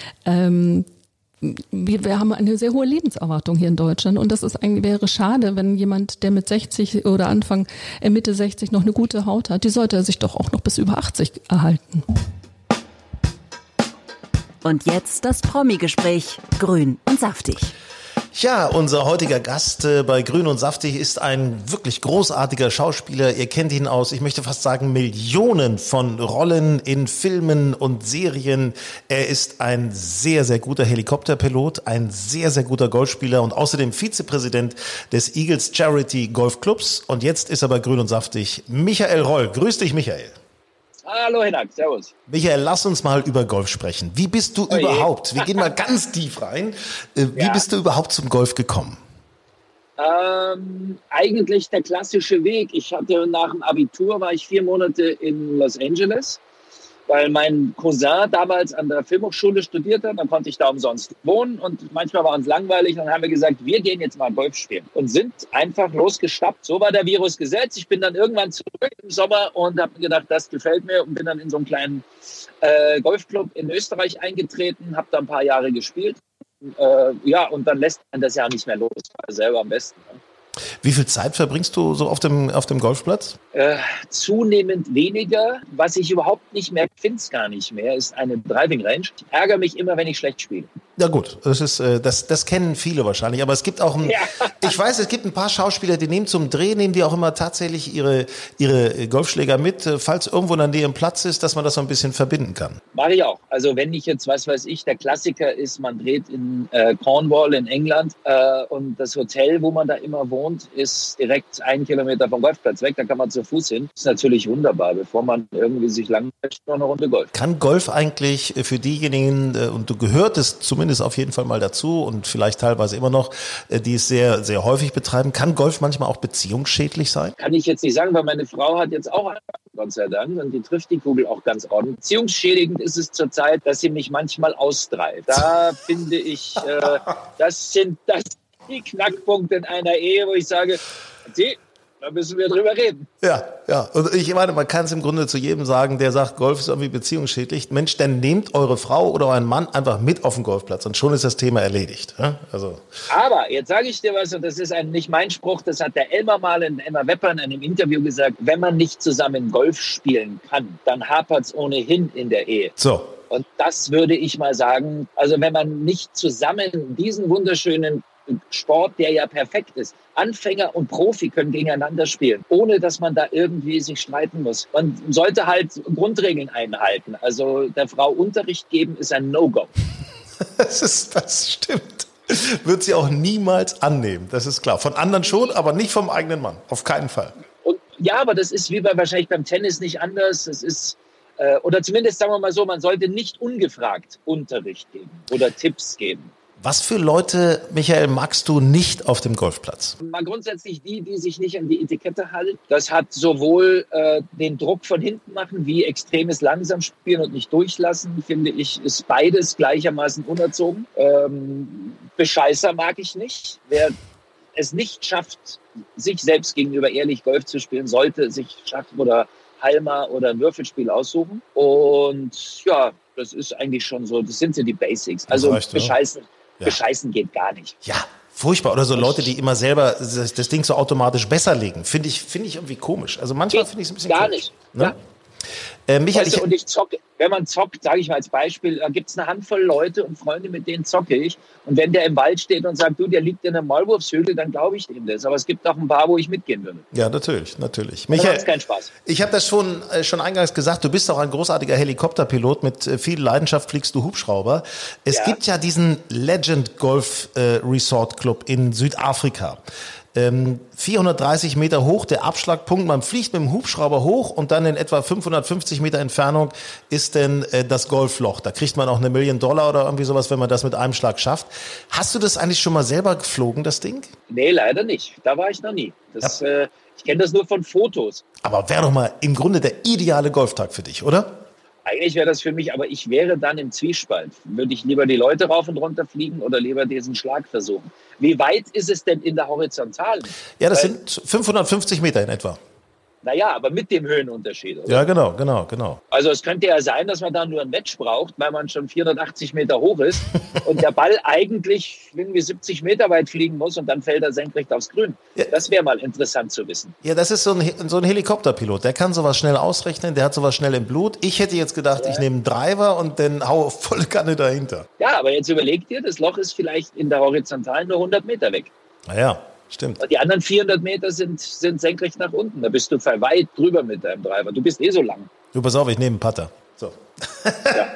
Ähm, Wir, wir haben eine sehr hohe Lebenserwartung hier in Deutschland und das ist eigentlich, wäre schade, wenn jemand, der mit sechzig oder Anfang, äh Mitte sechzig noch eine gute Haut hat, die sollte er sich doch auch noch bis über achtzig erhalten. Und jetzt das Promi-Gespräch, grün und saftig. Ja, unser heutiger Gast äh, bei Grün und Saftig ist ein wirklich großartiger Schauspieler. Ihr kennt ihn aus, ich möchte fast sagen, Millionen von Rollen in Filmen und Serien. Er ist ein sehr, sehr guter Helikopterpilot, ein sehr, sehr guter Golfspieler und außerdem Vizepräsident des Eagles Charity Golf Clubs. Und jetzt ist er bei Grün und Saftig Michael Roll. Grüß dich, Michael. Hallo Hinak, servus. Michael, lass uns mal über Golf sprechen. Wie bist du oh überhaupt, wir gehen mal ganz tief rein, wie ja. bist du überhaupt zum Golf gekommen? Ähm, eigentlich der klassische Weg. Ich hatte nach dem Abitur, war ich vier Monate in Los Angeles, weil mein Cousin damals an der Filmhochschule studiert hat. Dann konnte ich da umsonst wohnen und manchmal war uns langweilig. Dann haben wir gesagt, wir gehen jetzt mal Golf spielen und sind einfach losgestappt. So war der Virus gesetzt. Ich bin dann irgendwann zurück im Sommer und habe gedacht, das gefällt mir und bin dann in so einen kleinen äh, Golfclub in Österreich eingetreten, habe da ein paar Jahre gespielt. Äh, ja, und dann lässt man das ja nicht mehr los. War selber am besten. Ne? Wie viel Zeit verbringst du so auf dem, auf dem Golfplatz? Äh, zunehmend weniger. Was ich überhaupt nicht mehr, finde es gar nicht mehr, ist eine Driving Range. Ich ärgere mich immer, wenn ich schlecht spiele. Ja gut, das ist, das, das kennen viele wahrscheinlich, aber es gibt auch, ein, ja. ich weiß, es gibt ein paar Schauspieler, die nehmen zum Dreh, nehmen die auch immer tatsächlich ihre, ihre Golfschläger mit, falls irgendwo in der Nähe ein Platz ist, dass man das so ein bisschen verbinden kann. Mache ich auch. Also wenn ich jetzt, was weiß ich, der Klassiker ist, man dreht in äh, Cornwall in England äh, und das Hotel, wo man da immer wohnt, ist direkt einen Kilometer vom Golfplatz weg, da kann man zu Fuß hin. Das ist natürlich wunderbar, bevor man irgendwie sich langweilt, noch eine Runde Golf. Kann Golf eigentlich für diejenigen, und du gehört es zumindest auf jeden Fall mal dazu und vielleicht teilweise immer noch, die es sehr, sehr häufig betreiben. Kann Golf manchmal auch beziehungsschädlich sein? Kann ich jetzt nicht sagen, weil meine Frau hat jetzt auch einen, Gott sei Dank, und die trifft die Kugel auch ganz ordentlich. Beziehungsschädigend ist es zurzeit, dass sie mich manchmal austreibt. Da finde ich, äh, das sind das die Knackpunkte in einer Ehe, wo ich sage, sie, da müssen wir drüber reden. Ja, ja. Und ich meine, man kann es im Grunde zu jedem sagen, der sagt, Golf ist irgendwie beziehungsschädlich. Mensch, dann nehmt eure Frau oder euren Mann einfach mit auf den Golfplatz und schon ist das Thema erledigt. Also. Aber jetzt sage ich dir was, und das ist ein, nicht mein Spruch, das hat der Elmar mal in Elmar Wepper in einem Interview gesagt, wenn man nicht zusammen Golf spielen kann, dann hapert es ohnehin in der Ehe. So. Und das würde ich mal sagen, also wenn man nicht zusammen diesen wunderschönen Sport, der ja perfekt ist. Anfänger und Profi können gegeneinander spielen, ohne dass man da irgendwie sich streiten muss. Man sollte halt Grundregeln einhalten. Also der Frau Unterricht geben ist ein No-Go. Das ist, das stimmt. Wird sie auch niemals annehmen, das ist klar. Von anderen schon, aber nicht vom eigenen Mann, auf keinen Fall. Und ja, aber das ist wie bei, wahrscheinlich beim Tennis nicht anders. Es ist, äh, oder zumindest sagen wir mal so, man sollte nicht ungefragt Unterricht geben oder Tipps geben. Was für Leute, Michael, magst du nicht auf dem Golfplatz? Mal grundsätzlich die, die sich nicht an die Etikette halten. Das hat sowohl äh, den Druck von hinten machen, wie extremes langsam spielen und nicht durchlassen, finde ich, ist beides gleichermaßen unerzogen. Ähm, Bescheißer mag ich nicht. Wer es nicht schafft, sich selbst gegenüber ehrlich Golf zu spielen, sollte sich Schach oder Halma oder ein Würfelspiel aussuchen. Und ja, das ist eigentlich schon so, das sind so die Basics. Also reicht, bescheißen. Ja. Ja. Bescheißen geht gar nicht. Ja, furchtbar. Oder so Leute, die immer selber das, das Ding so automatisch besser legen. Finde ich, finde ich irgendwie komisch. Also manchmal finde ich es ein bisschen gar komisch. nicht. Ne? Ja. Äh, Michael, weißt du, und ich zocke, wenn man zockt, sage ich mal als Beispiel, da gibt es eine Handvoll Leute und Freunde, mit denen zocke ich. Und wenn der im Wald steht und sagt, du, der liegt in einem Maulwurfshügel, dann glaube ich dem das. Aber es gibt auch ein paar, wo ich mitgehen würde. Ja, natürlich, natürlich. Michael, das macht keinen Spaß. Ich habe das schon, äh, schon eingangs gesagt, du bist auch ein großartiger Helikopterpilot, mit äh, viel Leidenschaft fliegst du Hubschrauber. Es ja. gibt ja diesen Legend Golf äh, Resort Club in Südafrika. vierhundertdreißig Meter hoch, der Abschlagpunkt. Man fliegt mit dem Hubschrauber hoch und dann in etwa fünfhundertfünfzig Meter Entfernung ist denn äh, das Golfloch. Da kriegt man auch eine Million Dollar oder irgendwie sowas, wenn man das mit einem Schlag schafft. Hast du das eigentlich schon mal selber geflogen, das Ding? Nee, leider nicht. Da war ich noch nie. Das, ja. äh, ich kenne das nur von Fotos. Aber wäre doch mal im Grunde der ideale Golftag für dich, oder? Eigentlich wäre das für mich, aber ich wäre dann im Zwiespalt. Würde ich lieber die Leute rauf und runter fliegen oder lieber diesen Schlag versuchen? Wie weit ist es denn in der Horizontalen? Ja, das Weil, sind fünfhundertfünfzig Meter in etwa. Naja, aber mit dem Höhenunterschied. Oder? Ja, genau, genau, genau. Also es könnte ja sein, dass man da nur ein Match braucht, weil man schon vierhundertachtzig Meter hoch ist und der Ball eigentlich irgendwie siebzig Meter weit fliegen muss und dann fällt er senkrecht aufs Grün. Ja. Das wäre mal interessant zu wissen. Ja, das ist so ein, so ein Helikopterpilot. Der kann sowas schnell ausrechnen, der hat sowas schnell im Blut. Ich hätte jetzt gedacht, ja. ich nehme einen Driver und dann haue volle Kanne dahinter. Ja, aber jetzt überleg dir, das Loch ist vielleicht in der Horizontalen nur hundert Meter weg. Naja. Stimmt. Die anderen vierhundert Meter sind, sind senkrecht nach unten. Da bist du weit drüber mit deinem Driver. Du bist eh so lang. Du, pass auf, ich nehme einen Putter. So. Ja.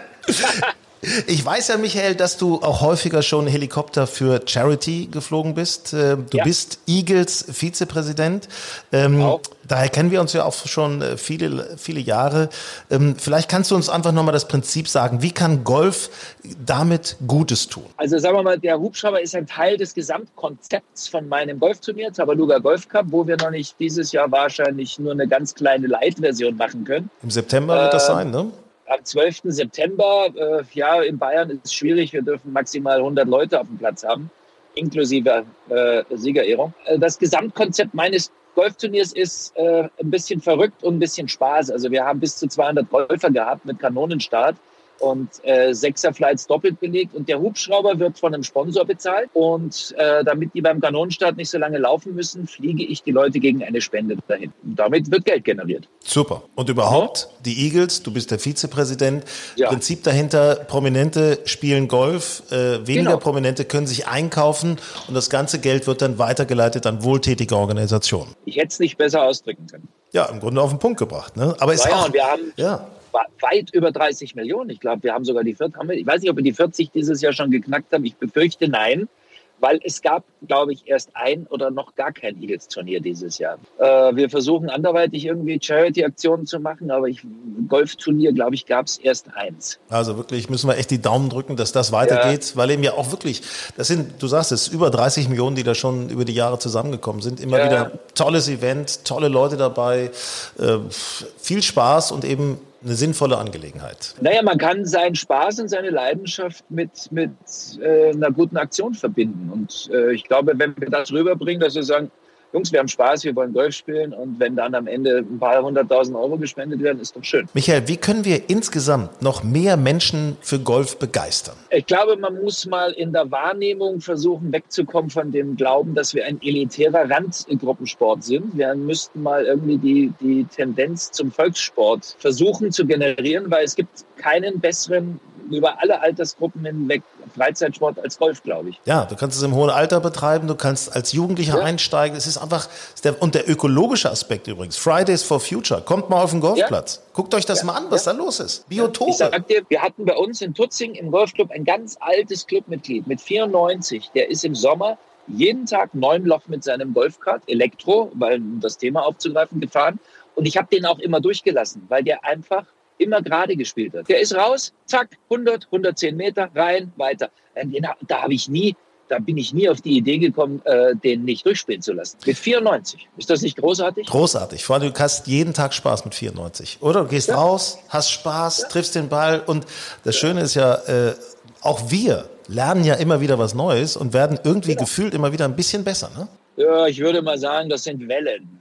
Ich weiß ja, Michael, dass du auch häufiger schon Helikopter für Charity geflogen bist. Du ja. bist Eagles Vizepräsident. Ähm, daher kennen wir uns ja auch schon viele, viele Jahre. Ähm, vielleicht kannst du uns einfach nochmal das Prinzip sagen. Wie kann Golf damit Gutes tun? Also sagen wir mal, der Hubschrauber ist ein Teil des Gesamtkonzepts von meinem Golfturnier, Tabaluga Golf Cup, wo wir noch nicht dieses Jahr wahrscheinlich nur eine ganz kleine Light-Version machen können. Im September wird äh, das sein, ne? Am zwölften September, äh, ja, in Bayern ist es schwierig. Wir dürfen maximal hundert Leute auf dem Platz haben, inklusive äh, Siegerehrung. Äh, das Gesamtkonzept meines Golfturniers ist äh, ein bisschen verrückt und ein bisschen Spaß. Also wir haben bis zu zweihundert Golfer gehabt mit Kanonenstart und äh, Sechser-Flights doppelt belegt. Und der Hubschrauber wird von einem Sponsor bezahlt. Und äh, damit die beim Kanonenstart nicht so lange laufen müssen, fliege ich die Leute gegen eine Spende dahin. Und damit wird Geld generiert. Super. Und überhaupt, ja. die Eagles, du bist der Vizepräsident, ja. Prinzip dahinter, Prominente spielen Golf, äh, weniger genau. Prominente können sich einkaufen und das ganze Geld wird dann weitergeleitet an wohltätige Organisationen. Ich hätte es nicht besser ausdrücken können. Ja, im Grunde auf den Punkt gebracht. Ne? Aber ist ja, auch, und wir haben... Ja. weit über dreißig Millionen. Ich glaube, wir haben sogar die vierzig, haben wir, ich weiß nicht, ob wir die vierzig dieses Jahr schon geknackt haben. Ich befürchte nein, weil es gab, glaube ich, erst ein oder noch gar kein Eagles-Turnier dieses Jahr. Äh, wir versuchen anderweitig irgendwie Charity-Aktionen zu machen, aber ich, Golfturnier, glaube ich, gab es erst eins. Also wirklich müssen wir echt die Daumen drücken, dass das weitergeht, ja. weil eben ja auch wirklich, das sind, du sagst es, über dreißig Millionen, die da schon über die Jahre zusammengekommen sind. Immer ja. wieder tolles Event, tolle Leute dabei, äh, viel Spaß und eben eine sinnvolle Angelegenheit. Naja, man kann seinen Spaß und seine Leidenschaft mit, mit äh, einer guten Aktion verbinden. Und äh, ich glaube, wenn wir das rüberbringen, dass wir sagen, Jungs, wir haben Spaß, wir wollen Golf spielen und wenn dann am Ende ein paar hunderttausend Euro gespendet werden, ist doch schön. Michael, wie können wir insgesamt noch mehr Menschen für Golf begeistern? Ich glaube, man muss mal in der Wahrnehmung versuchen, wegzukommen von dem Glauben, dass wir ein elitärer Randgruppensport sind. Wir müssten mal irgendwie die, die Tendenz zum Volkssport versuchen zu generieren, weil es gibt keinen besseren über alle Altersgruppen hinweg Freizeitsport als Golf, glaube ich. Ja, du kannst es im hohen Alter betreiben, du kannst als Jugendlicher ja. einsteigen. Es ist einfach, der, und der ökologische Aspekt übrigens, Fridays for Future, kommt mal auf den Golfplatz. Ja. Guckt euch das ja. mal an, was ja. da los ist. Biotope. Ich sag dir, wir hatten bei uns in Tutzing im Golfclub ein ganz altes Clubmitglied mit vierundneunzig. Der ist im Sommer jeden Tag neun Loch mit seinem Golfkart, Elektro, weil um das Thema aufzugreifen, gefahren. Und ich habe den auch immer durchgelassen, weil der einfach immer gerade gespielt hat. Der ist raus, zack, hundert, hundertzehn Meter, rein, weiter. Da habe ich nie, da bin ich nie auf die Idee gekommen, den nicht durchspielen zu lassen. Mit vierundneunzig. Ist das nicht großartig? Großartig. Vor allem, du hast jeden Tag Spaß mit vierundneunzig. Oder du gehst ja. raus, hast Spaß, ja. triffst den Ball. Und das ja. Schöne ist ja, äh, auch wir lernen ja immer wieder was Neues und werden irgendwie ja. gefühlt immer wieder ein bisschen besser, ne? Ja, ich würde mal sagen, das sind Wellen.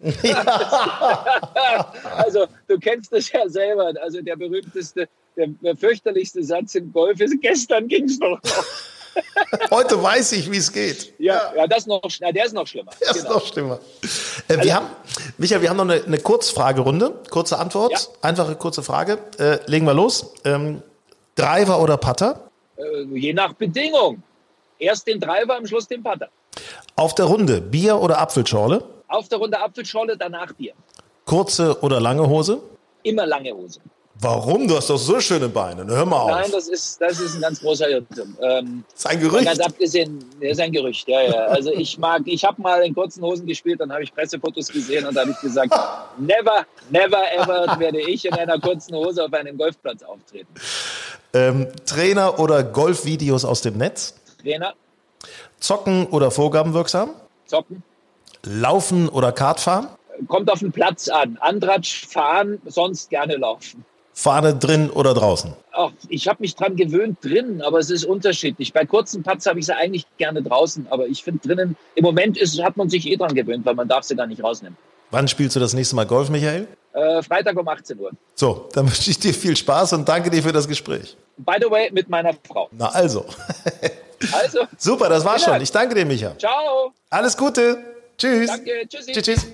Ja. Also, du kennst das ja selber. Also, der berühmteste, der, der fürchterlichste Satz im Golf ist, gestern ging es doch noch. Heute weiß ich, wie es geht. Ja, ja, das noch, ja, der ist noch schlimmer. Der ist genau. noch schlimmer. Äh, wir also, haben, Michael, wir haben noch eine, eine Kurzfragerunde. Kurze Antwort. Ja. Einfache, kurze Frage. Äh, legen wir los. Ähm, Driver oder Putter? Äh, je nach Bedingung. Erst den Driver, am Schluss den Putter. Auf der Runde Bier oder Apfelschorle? Auf der Runde Apfelschorle, danach Bier. Kurze oder lange Hose? Immer lange Hose. Warum? Du hast doch so schöne Beine. Hör mal auf. Nein, das ist, das ist ein ganz großer Irrtum. Ähm, das ist ein Gerücht? Ganz abgesehen, das ist ein Gerücht, ja, ja. Also ich mag, ich habe mal in kurzen Hosen gespielt, dann habe ich Pressefotos gesehen und da habe ich gesagt, never, never ever werde ich in einer kurzen Hose auf einem Golfplatz auftreten. Ähm, Trainer oder Golfvideos aus dem Netz? Trainer. Zocken oder vorgabenwirksam? Zocken. Laufen oder Kartfahren? Kommt auf den Platz an. Andratsch fahren, sonst gerne laufen. Fahne drin oder draußen? Ach, ich habe mich dran gewöhnt drinnen, aber es ist unterschiedlich. Bei kurzen Putts habe ich sie eigentlich gerne draußen, aber ich finde drinnen, im Moment ist, hat man sich eh dran gewöhnt, weil man darf sie gar nicht rausnehmen. Wann spielst du das nächste Mal Golf, Michael? Äh, Freitag um achtzehn Uhr. So, dann wünsche ich dir viel Spaß und danke dir für das Gespräch. By the way, mit meiner Frau. Na also. Also. Super, das war's schon. Ich danke dir, Micha. Ciao. Alles Gute. Tschüss. Danke. Tschüssi. Tschüss. Tschüss.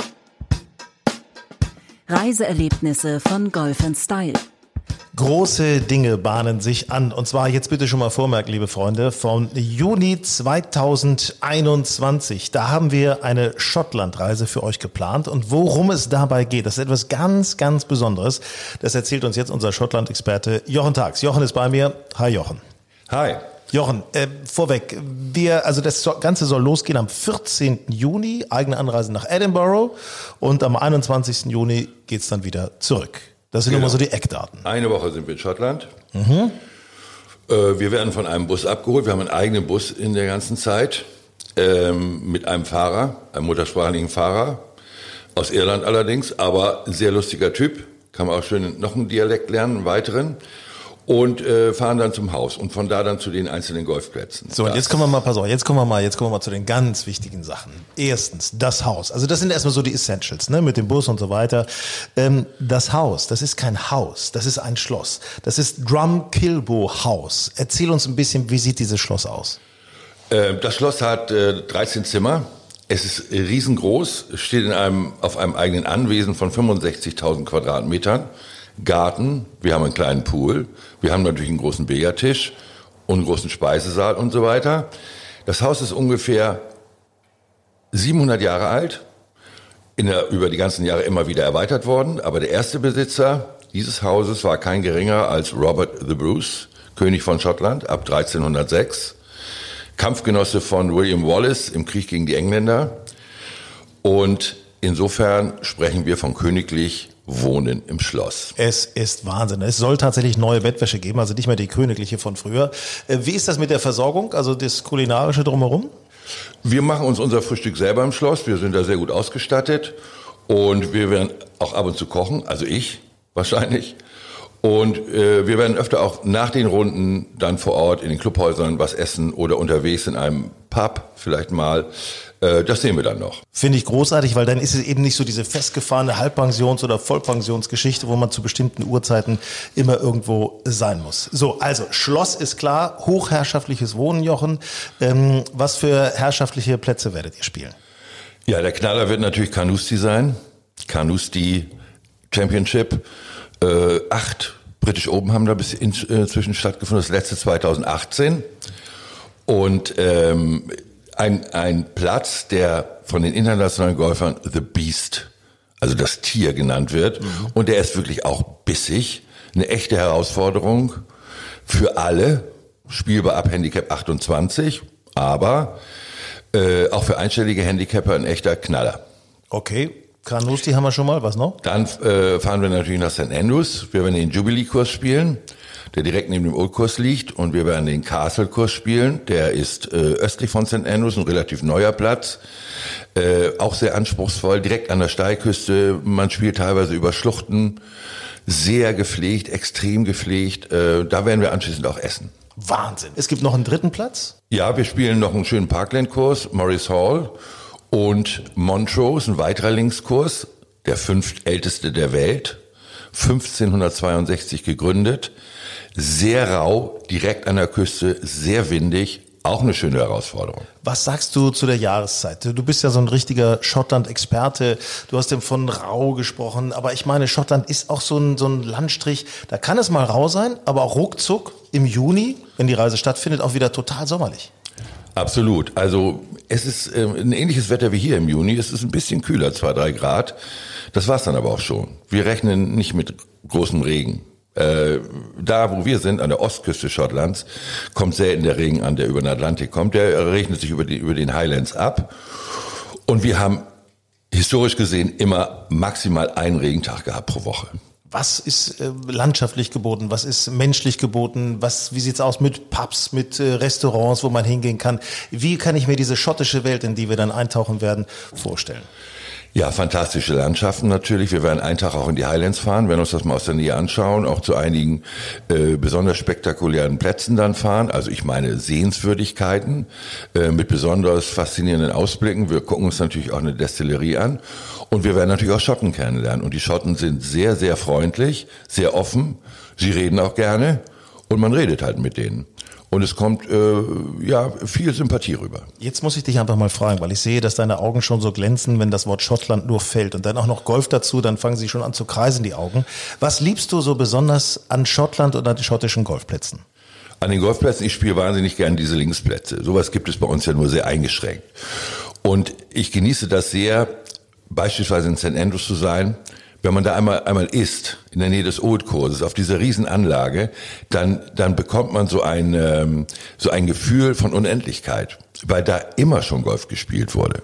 Reiseerlebnisse von Golf and Style. Große Dinge bahnen sich an. Und zwar jetzt bitte schon mal vormerken, liebe Freunde, von Juni zweitausendeinundzwanzig. Da haben wir eine Schottlandreise für euch geplant. Und worum es dabei geht, das ist etwas ganz, ganz Besonderes. Das erzählt uns jetzt unser Schottland-Experte Jochen Tags. Jochen ist bei mir. Hi, Jochen. Hi. Jochen, äh, vorweg, wir, also das Ganze soll losgehen am vierzehnten Juni, eigene Anreise nach Edinburgh, und am einundzwanzigsten Juni geht's dann wieder zurück. Das sind genau. immer so die Eckdaten. Eine Woche sind wir in Schottland. Mhm. Äh, wir werden von einem Bus abgeholt. Wir haben einen eigenen Bus in der ganzen Zeit ähm, mit einem Fahrer, einem muttersprachlichen Fahrer, aus Irland allerdings, aber ein sehr lustiger Typ. Kann man auch schön noch einen Dialekt lernen, einen weiteren. Und äh, fahren dann zum Haus und von da dann zu den einzelnen Golfplätzen. So, und jetzt kommen wir mal, pass auf, jetzt kommen wir mal, jetzt kommen wir mal zu den ganz wichtigen Sachen. Erstens, das Haus. Also das sind erstmal so die Essentials, ne, mit dem Bus und so weiter. Ähm, das Haus, das ist kein Haus, das ist ein Schloss. Das ist Drumkilbo House. Erzähl uns ein bisschen, wie sieht dieses Schloss aus? Äh, das Schloss hat äh, dreizehn Zimmer. Es ist riesengroß, steht in einem, auf einem eigenen Anwesen von fünfundsechzigtausend Quadratmetern. Garten, wir haben einen kleinen Pool, wir haben natürlich einen großen Billardtisch und einen großen Speisesaal und so weiter. Das Haus ist ungefähr siebenhundert Jahre alt, in der, über die ganzen Jahre immer wieder erweitert worden, aber der erste Besitzer dieses Hauses war kein geringer als Robert the Bruce, König von Schottland ab dreizehnhundertsechs, Kampfgenosse von William Wallace im Krieg gegen die Engländer, und insofern sprechen wir von königlich Wohnen im Schloss. Es ist Wahnsinn. Es soll tatsächlich neue Bettwäsche geben, also nicht mehr die königliche von früher. Wie ist das mit der Versorgung, also das Kulinarische drumherum? Wir machen uns unser Frühstück selber im Schloss. Wir sind da sehr gut ausgestattet und wir werden auch ab und zu kochen, also ich wahrscheinlich. Und äh, wir werden öfter auch nach den Runden dann vor Ort in den Clubhäusern was essen oder unterwegs in einem Pub vielleicht mal. Das sehen wir dann noch. Finde ich großartig, weil dann ist es eben nicht so diese festgefahrene Halbpensions- oder Vollpensionsgeschichte, wo man zu bestimmten Uhrzeiten immer irgendwo sein muss. So, also Schloss ist klar, hochherrschaftliches Wohnen, Jochen. Ähm, was für herrschaftliche Plätze werdet ihr spielen? Ja, der Knaller wird natürlich Carnoustie sein. Carnoustie Championship. Äh, acht British Open haben da bis inzwischen stattgefunden, das letzte zweitausendachtzehn. Und ähm, ein, ein Platz, der von den internationalen Golfern The Beast, also das Tier genannt wird. Mhm. Und der ist wirklich auch bissig. Eine echte Herausforderung für alle, spielbar ab Handicap achtundzwanzig, aber äh, auch für einstellige Handicapper ein echter Knaller. Okay, Carnoustie haben wir schon mal, was noch? Dann äh, fahren wir natürlich nach Sankt Andrews. Wir werden den Jubilee-Kurs spielen, der direkt neben dem Old-Kurs liegt. Und wir werden den Castle-Kurs spielen, der ist äh, östlich von Sankt Andrews, ein relativ neuer Platz. Äh, auch sehr anspruchsvoll, direkt an der Steilküste. Man spielt teilweise über Schluchten. Sehr gepflegt, extrem gepflegt. Äh, da werden wir anschließend auch essen. Wahnsinn. Es gibt noch einen dritten Platz? Ja, wir spielen noch einen schönen Parkland-Kurs, Morris Hall. Und Montrose, ein weiterer Linkskurs, der fünftälteste der Welt, fünfzehnhundertzweiundsechzig gegründet. Sehr rau, direkt an der Küste, sehr windig. Auch eine schöne Herausforderung. Was sagst du zu der Jahreszeit? Du bist ja so ein richtiger Schottland-Experte. Du hast eben von rau gesprochen. Aber ich meine, Schottland ist auch so ein, so ein Landstrich. Da kann es mal rau sein, aber auch ruckzuck im Juni, wenn die Reise stattfindet, auch wieder total sommerlich. Absolut. Also es ist äh, ein ähnliches Wetter wie hier im Juni. Es ist ein bisschen kühler, zwei, drei Grad. Das war's dann aber auch schon. Wir rechnen nicht mit großem Regen. Äh, da, wo wir sind, an der Ostküste Schottlands, kommt selten der Regen an, der über den Atlantik kommt. Der regnet sich über, die, über den Highlands ab. Und wir haben historisch gesehen immer maximal einen Regentag gehabt pro Woche. Was ist äh, landschaftlich geboten? Was ist menschlich geboten? Was, wie sieht's aus mit Pubs, mit äh, Restaurants, wo man hingehen kann? Wie kann ich mir diese schottische Welt, in die wir dann eintauchen werden, vorstellen? Ja, fantastische Landschaften natürlich. Wir werden einen Tag auch in die Highlands fahren, werden uns das mal aus der Nähe anschauen, auch zu einigen äh, besonders spektakulären Plätzen dann fahren. Also ich meine Sehenswürdigkeiten äh, mit besonders faszinierenden Ausblicken. Wir gucken uns natürlich auch eine Destillerie an und wir werden natürlich auch Schotten kennenlernen. Und die Schotten sind sehr, sehr freundlich, sehr offen. Sie reden auch gerne und man redet halt mit denen. Und es kommt äh, ja viel Sympathie rüber. Jetzt muss ich dich einfach mal fragen, weil ich sehe, dass deine Augen schon so glänzen, wenn das Wort Schottland nur fällt. Und dann auch noch Golf dazu, dann fangen sie schon an zu kreisen, die Augen. Was liebst du so besonders an Schottland und an den schottischen Golfplätzen? An den Golfplätzen, ich spiele wahnsinnig gern diese Linksplätze. Sowas gibt es bei uns ja nur sehr eingeschränkt. Und ich genieße das sehr, beispielsweise in Sankt Andrews zu sein. Wenn man da einmal einmal ist, in der Nähe des Old-Kurses, auf dieser Riesenanlage, dann dann bekommt man so ein ähm, so ein Gefühl von Unendlichkeit, weil da immer schon Golf gespielt wurde.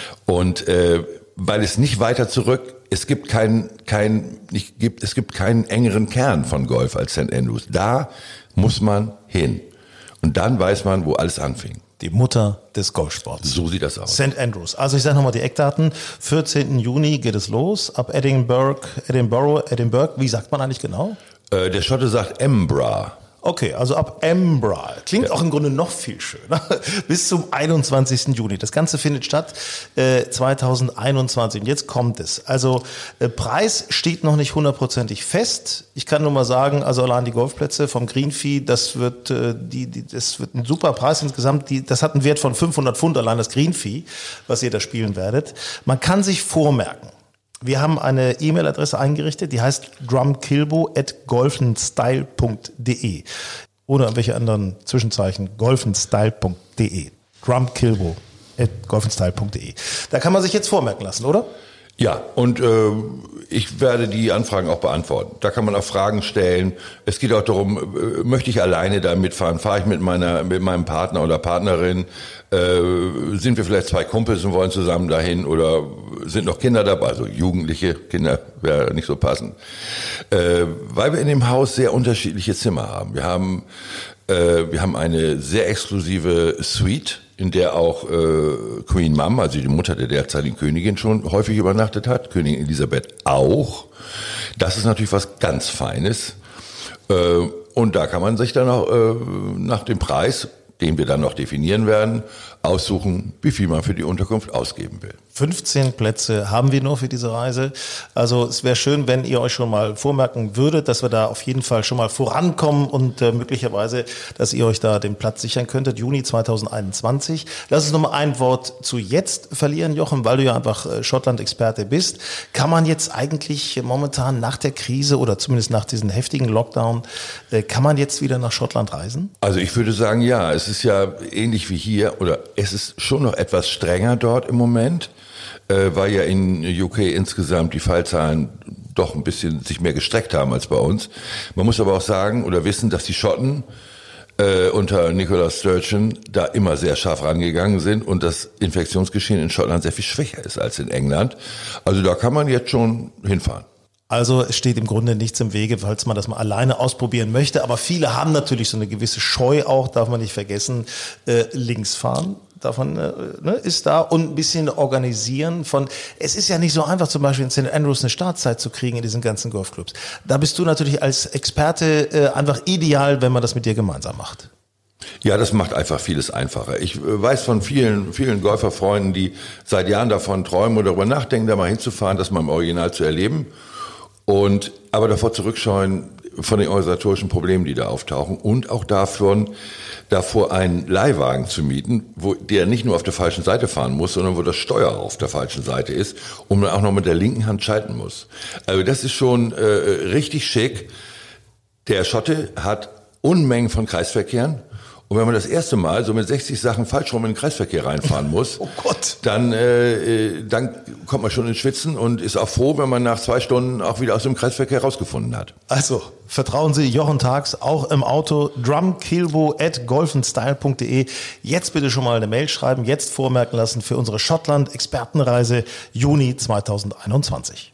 Und äh, weil es nicht weiter zurück, es gibt keinen kein, nicht gibt es gibt keinen engeren Kern von Golf als Sankt Andrews. Da muss man hin. Und dann weiß man, wo alles anfing. Die Mutter des Golfsports. So sieht das aus. Sankt Andrews. Also ich sage nochmal die Eckdaten. vierzehnten Juni geht es los. Ab Edinburgh, Edinburgh, Edinburgh. Wie sagt man eigentlich genau? Äh, der Schotte sagt Embra. Okay, also ab Embra. Klingt ja auch im Grunde noch viel schöner. Bis zum einundzwanzigsten Juni. Das Ganze findet statt äh, zweitausendeinundzwanzig. Und jetzt kommt es. Also äh, Preis steht noch nicht hundertprozentig fest. Ich kann nur mal sagen, also allein die Golfplätze vom Green Fee, das wird, äh, die, die, das wird ein super Preis insgesamt. Die, das hat einen Wert von fünfhundert Pfund, allein das Green Fee, was ihr da spielen werdet. Man kann sich vormerken. Wir haben eine E-Mail-Adresse eingerichtet, die heißt drumkilbo at golfenstyle punkt de. Ohne irgendwelche anderen Zwischenzeichen, golfenstyle punkt de. drumkilbo at golfenstyle punkt de. Da kann man sich jetzt vormerken lassen, oder? Ja, und äh, ich werde die Anfragen auch beantworten. Da kann man auch Fragen stellen. Es geht auch darum, äh, möchte ich alleine da mitfahren? Fahre ich mit meiner, mit meinem Partner oder Partnerin? Äh, sind wir vielleicht zwei Kumpels und wollen zusammen dahin? Oder sind noch Kinder dabei? Also jugendliche Kinder wäre nicht so passend. Äh, weil wir in dem Haus sehr unterschiedliche Zimmer haben. Wir haben, äh, wir haben eine sehr exklusive Suite, in der auch äh, Queen Mum, also die Mutter der derzeitigen Königin, schon häufig übernachtet hat. Königin Elisabeth auch. Das ist natürlich was ganz Feines. Äh, und da kann man sich dann auch äh, nach dem Preis den wir dann noch definieren werden, aussuchen, wie viel man für die Unterkunft ausgeben will. fünfzehn Plätze haben wir nur für diese Reise. Also es wäre schön, wenn ihr euch schon mal vormerken würdet, dass wir da auf jeden Fall schon mal vorankommen und äh, möglicherweise, dass ihr euch da den Platz sichern könntet. Juni zweitausendeinundzwanzig. Lass uns noch mal ein Wort zu jetzt verlieren, Jochen, weil du ja einfach äh, Schottland-Experte bist. Kann man jetzt eigentlich momentan nach der Krise oder zumindest nach diesem heftigen Lockdown, äh, kann man jetzt wieder nach Schottland reisen? Also ich würde sagen, ja, es ist ja ähnlich wie hier oder es ist schon noch etwas strenger dort im Moment, äh, weil ja in U K insgesamt die Fallzahlen doch ein bisschen sich mehr gestreckt haben als bei uns. Man muss aber auch sagen oder wissen, dass die Schotten äh, unter Nicola Sturgeon da immer sehr scharf rangegangen sind und das Infektionsgeschehen in Schottland sehr viel schwächer ist als in England. Also da kann man jetzt schon hinfahren. Also es steht im Grunde nichts im Wege, falls man das mal alleine ausprobieren möchte. Aber viele haben natürlich so eine gewisse Scheu auch, darf man nicht vergessen, äh, links fahren. Davon äh, ne, ist da und ein bisschen organisieren von, es ist ja nicht so einfach zum Beispiel in Sankt Andrews eine Startzeit zu kriegen in diesen ganzen Golfclubs. Da bist du natürlich als Experte äh, einfach ideal, wenn man das mit dir gemeinsam macht. Ja, das macht einfach vieles einfacher. Ich weiß von vielen, vielen Golferfreunden, die seit Jahren davon träumen oder darüber nachdenken, da mal hinzufahren, das mal im Original zu erleben. Und aber davor zurückscheuen von den organisatorischen Problemen, die da auftauchen und auch davon, davor einen Leihwagen zu mieten, wo der nicht nur auf der falschen Seite fahren muss, sondern wo das Steuer auf der falschen Seite ist und man auch noch mit der linken Hand schalten muss. Also das ist schon äh, richtig schick. Der Schotte hat Unmengen von Kreisverkehren. Und wenn man das erste Mal so mit sechzig Sachen falsch rum in den Kreisverkehr reinfahren muss, oh Gott. dann, äh, dann kommt man schon ins Schwitzen und ist auch froh, wenn man nach zwei Stunden auch wieder aus dem Kreisverkehr rausgefunden hat. Also, vertrauen Sie Jochen Tags auch im Auto, drumkilbo at golfenstyle punkt de. Jetzt bitte schon mal eine Mail schreiben, jetzt vormerken lassen für unsere Schottland-Expertenreise Juni zweitausendeinundzwanzig.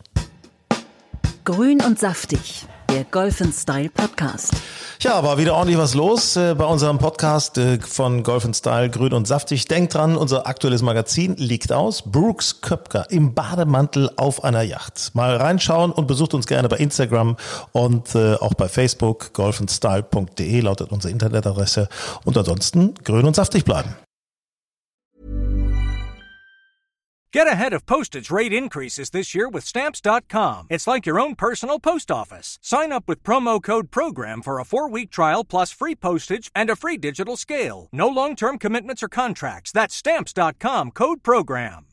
Grün und saftig, der Golf and Style Podcast. Ja, war wieder ordentlich was los äh, bei unserem Podcast äh, von Golf and Style, grün und saftig. Denkt dran, unser aktuelles Magazin liegt aus. Brooks Koepka im Bademantel auf einer Yacht. Mal reinschauen und besucht uns gerne bei Instagram und äh, auch bei Facebook. golf and style punkt de lautet unsere Internetadresse. Und ansonsten grün und saftig bleiben. Get ahead of postage rate increases this year with Stamps dot com. It's like your own personal post office. Sign up with promo code PROGRAM for a four-week trial plus free postage and a free digital scale. No long-term commitments or contracts. That's Stamps dot com, code PROGRAM.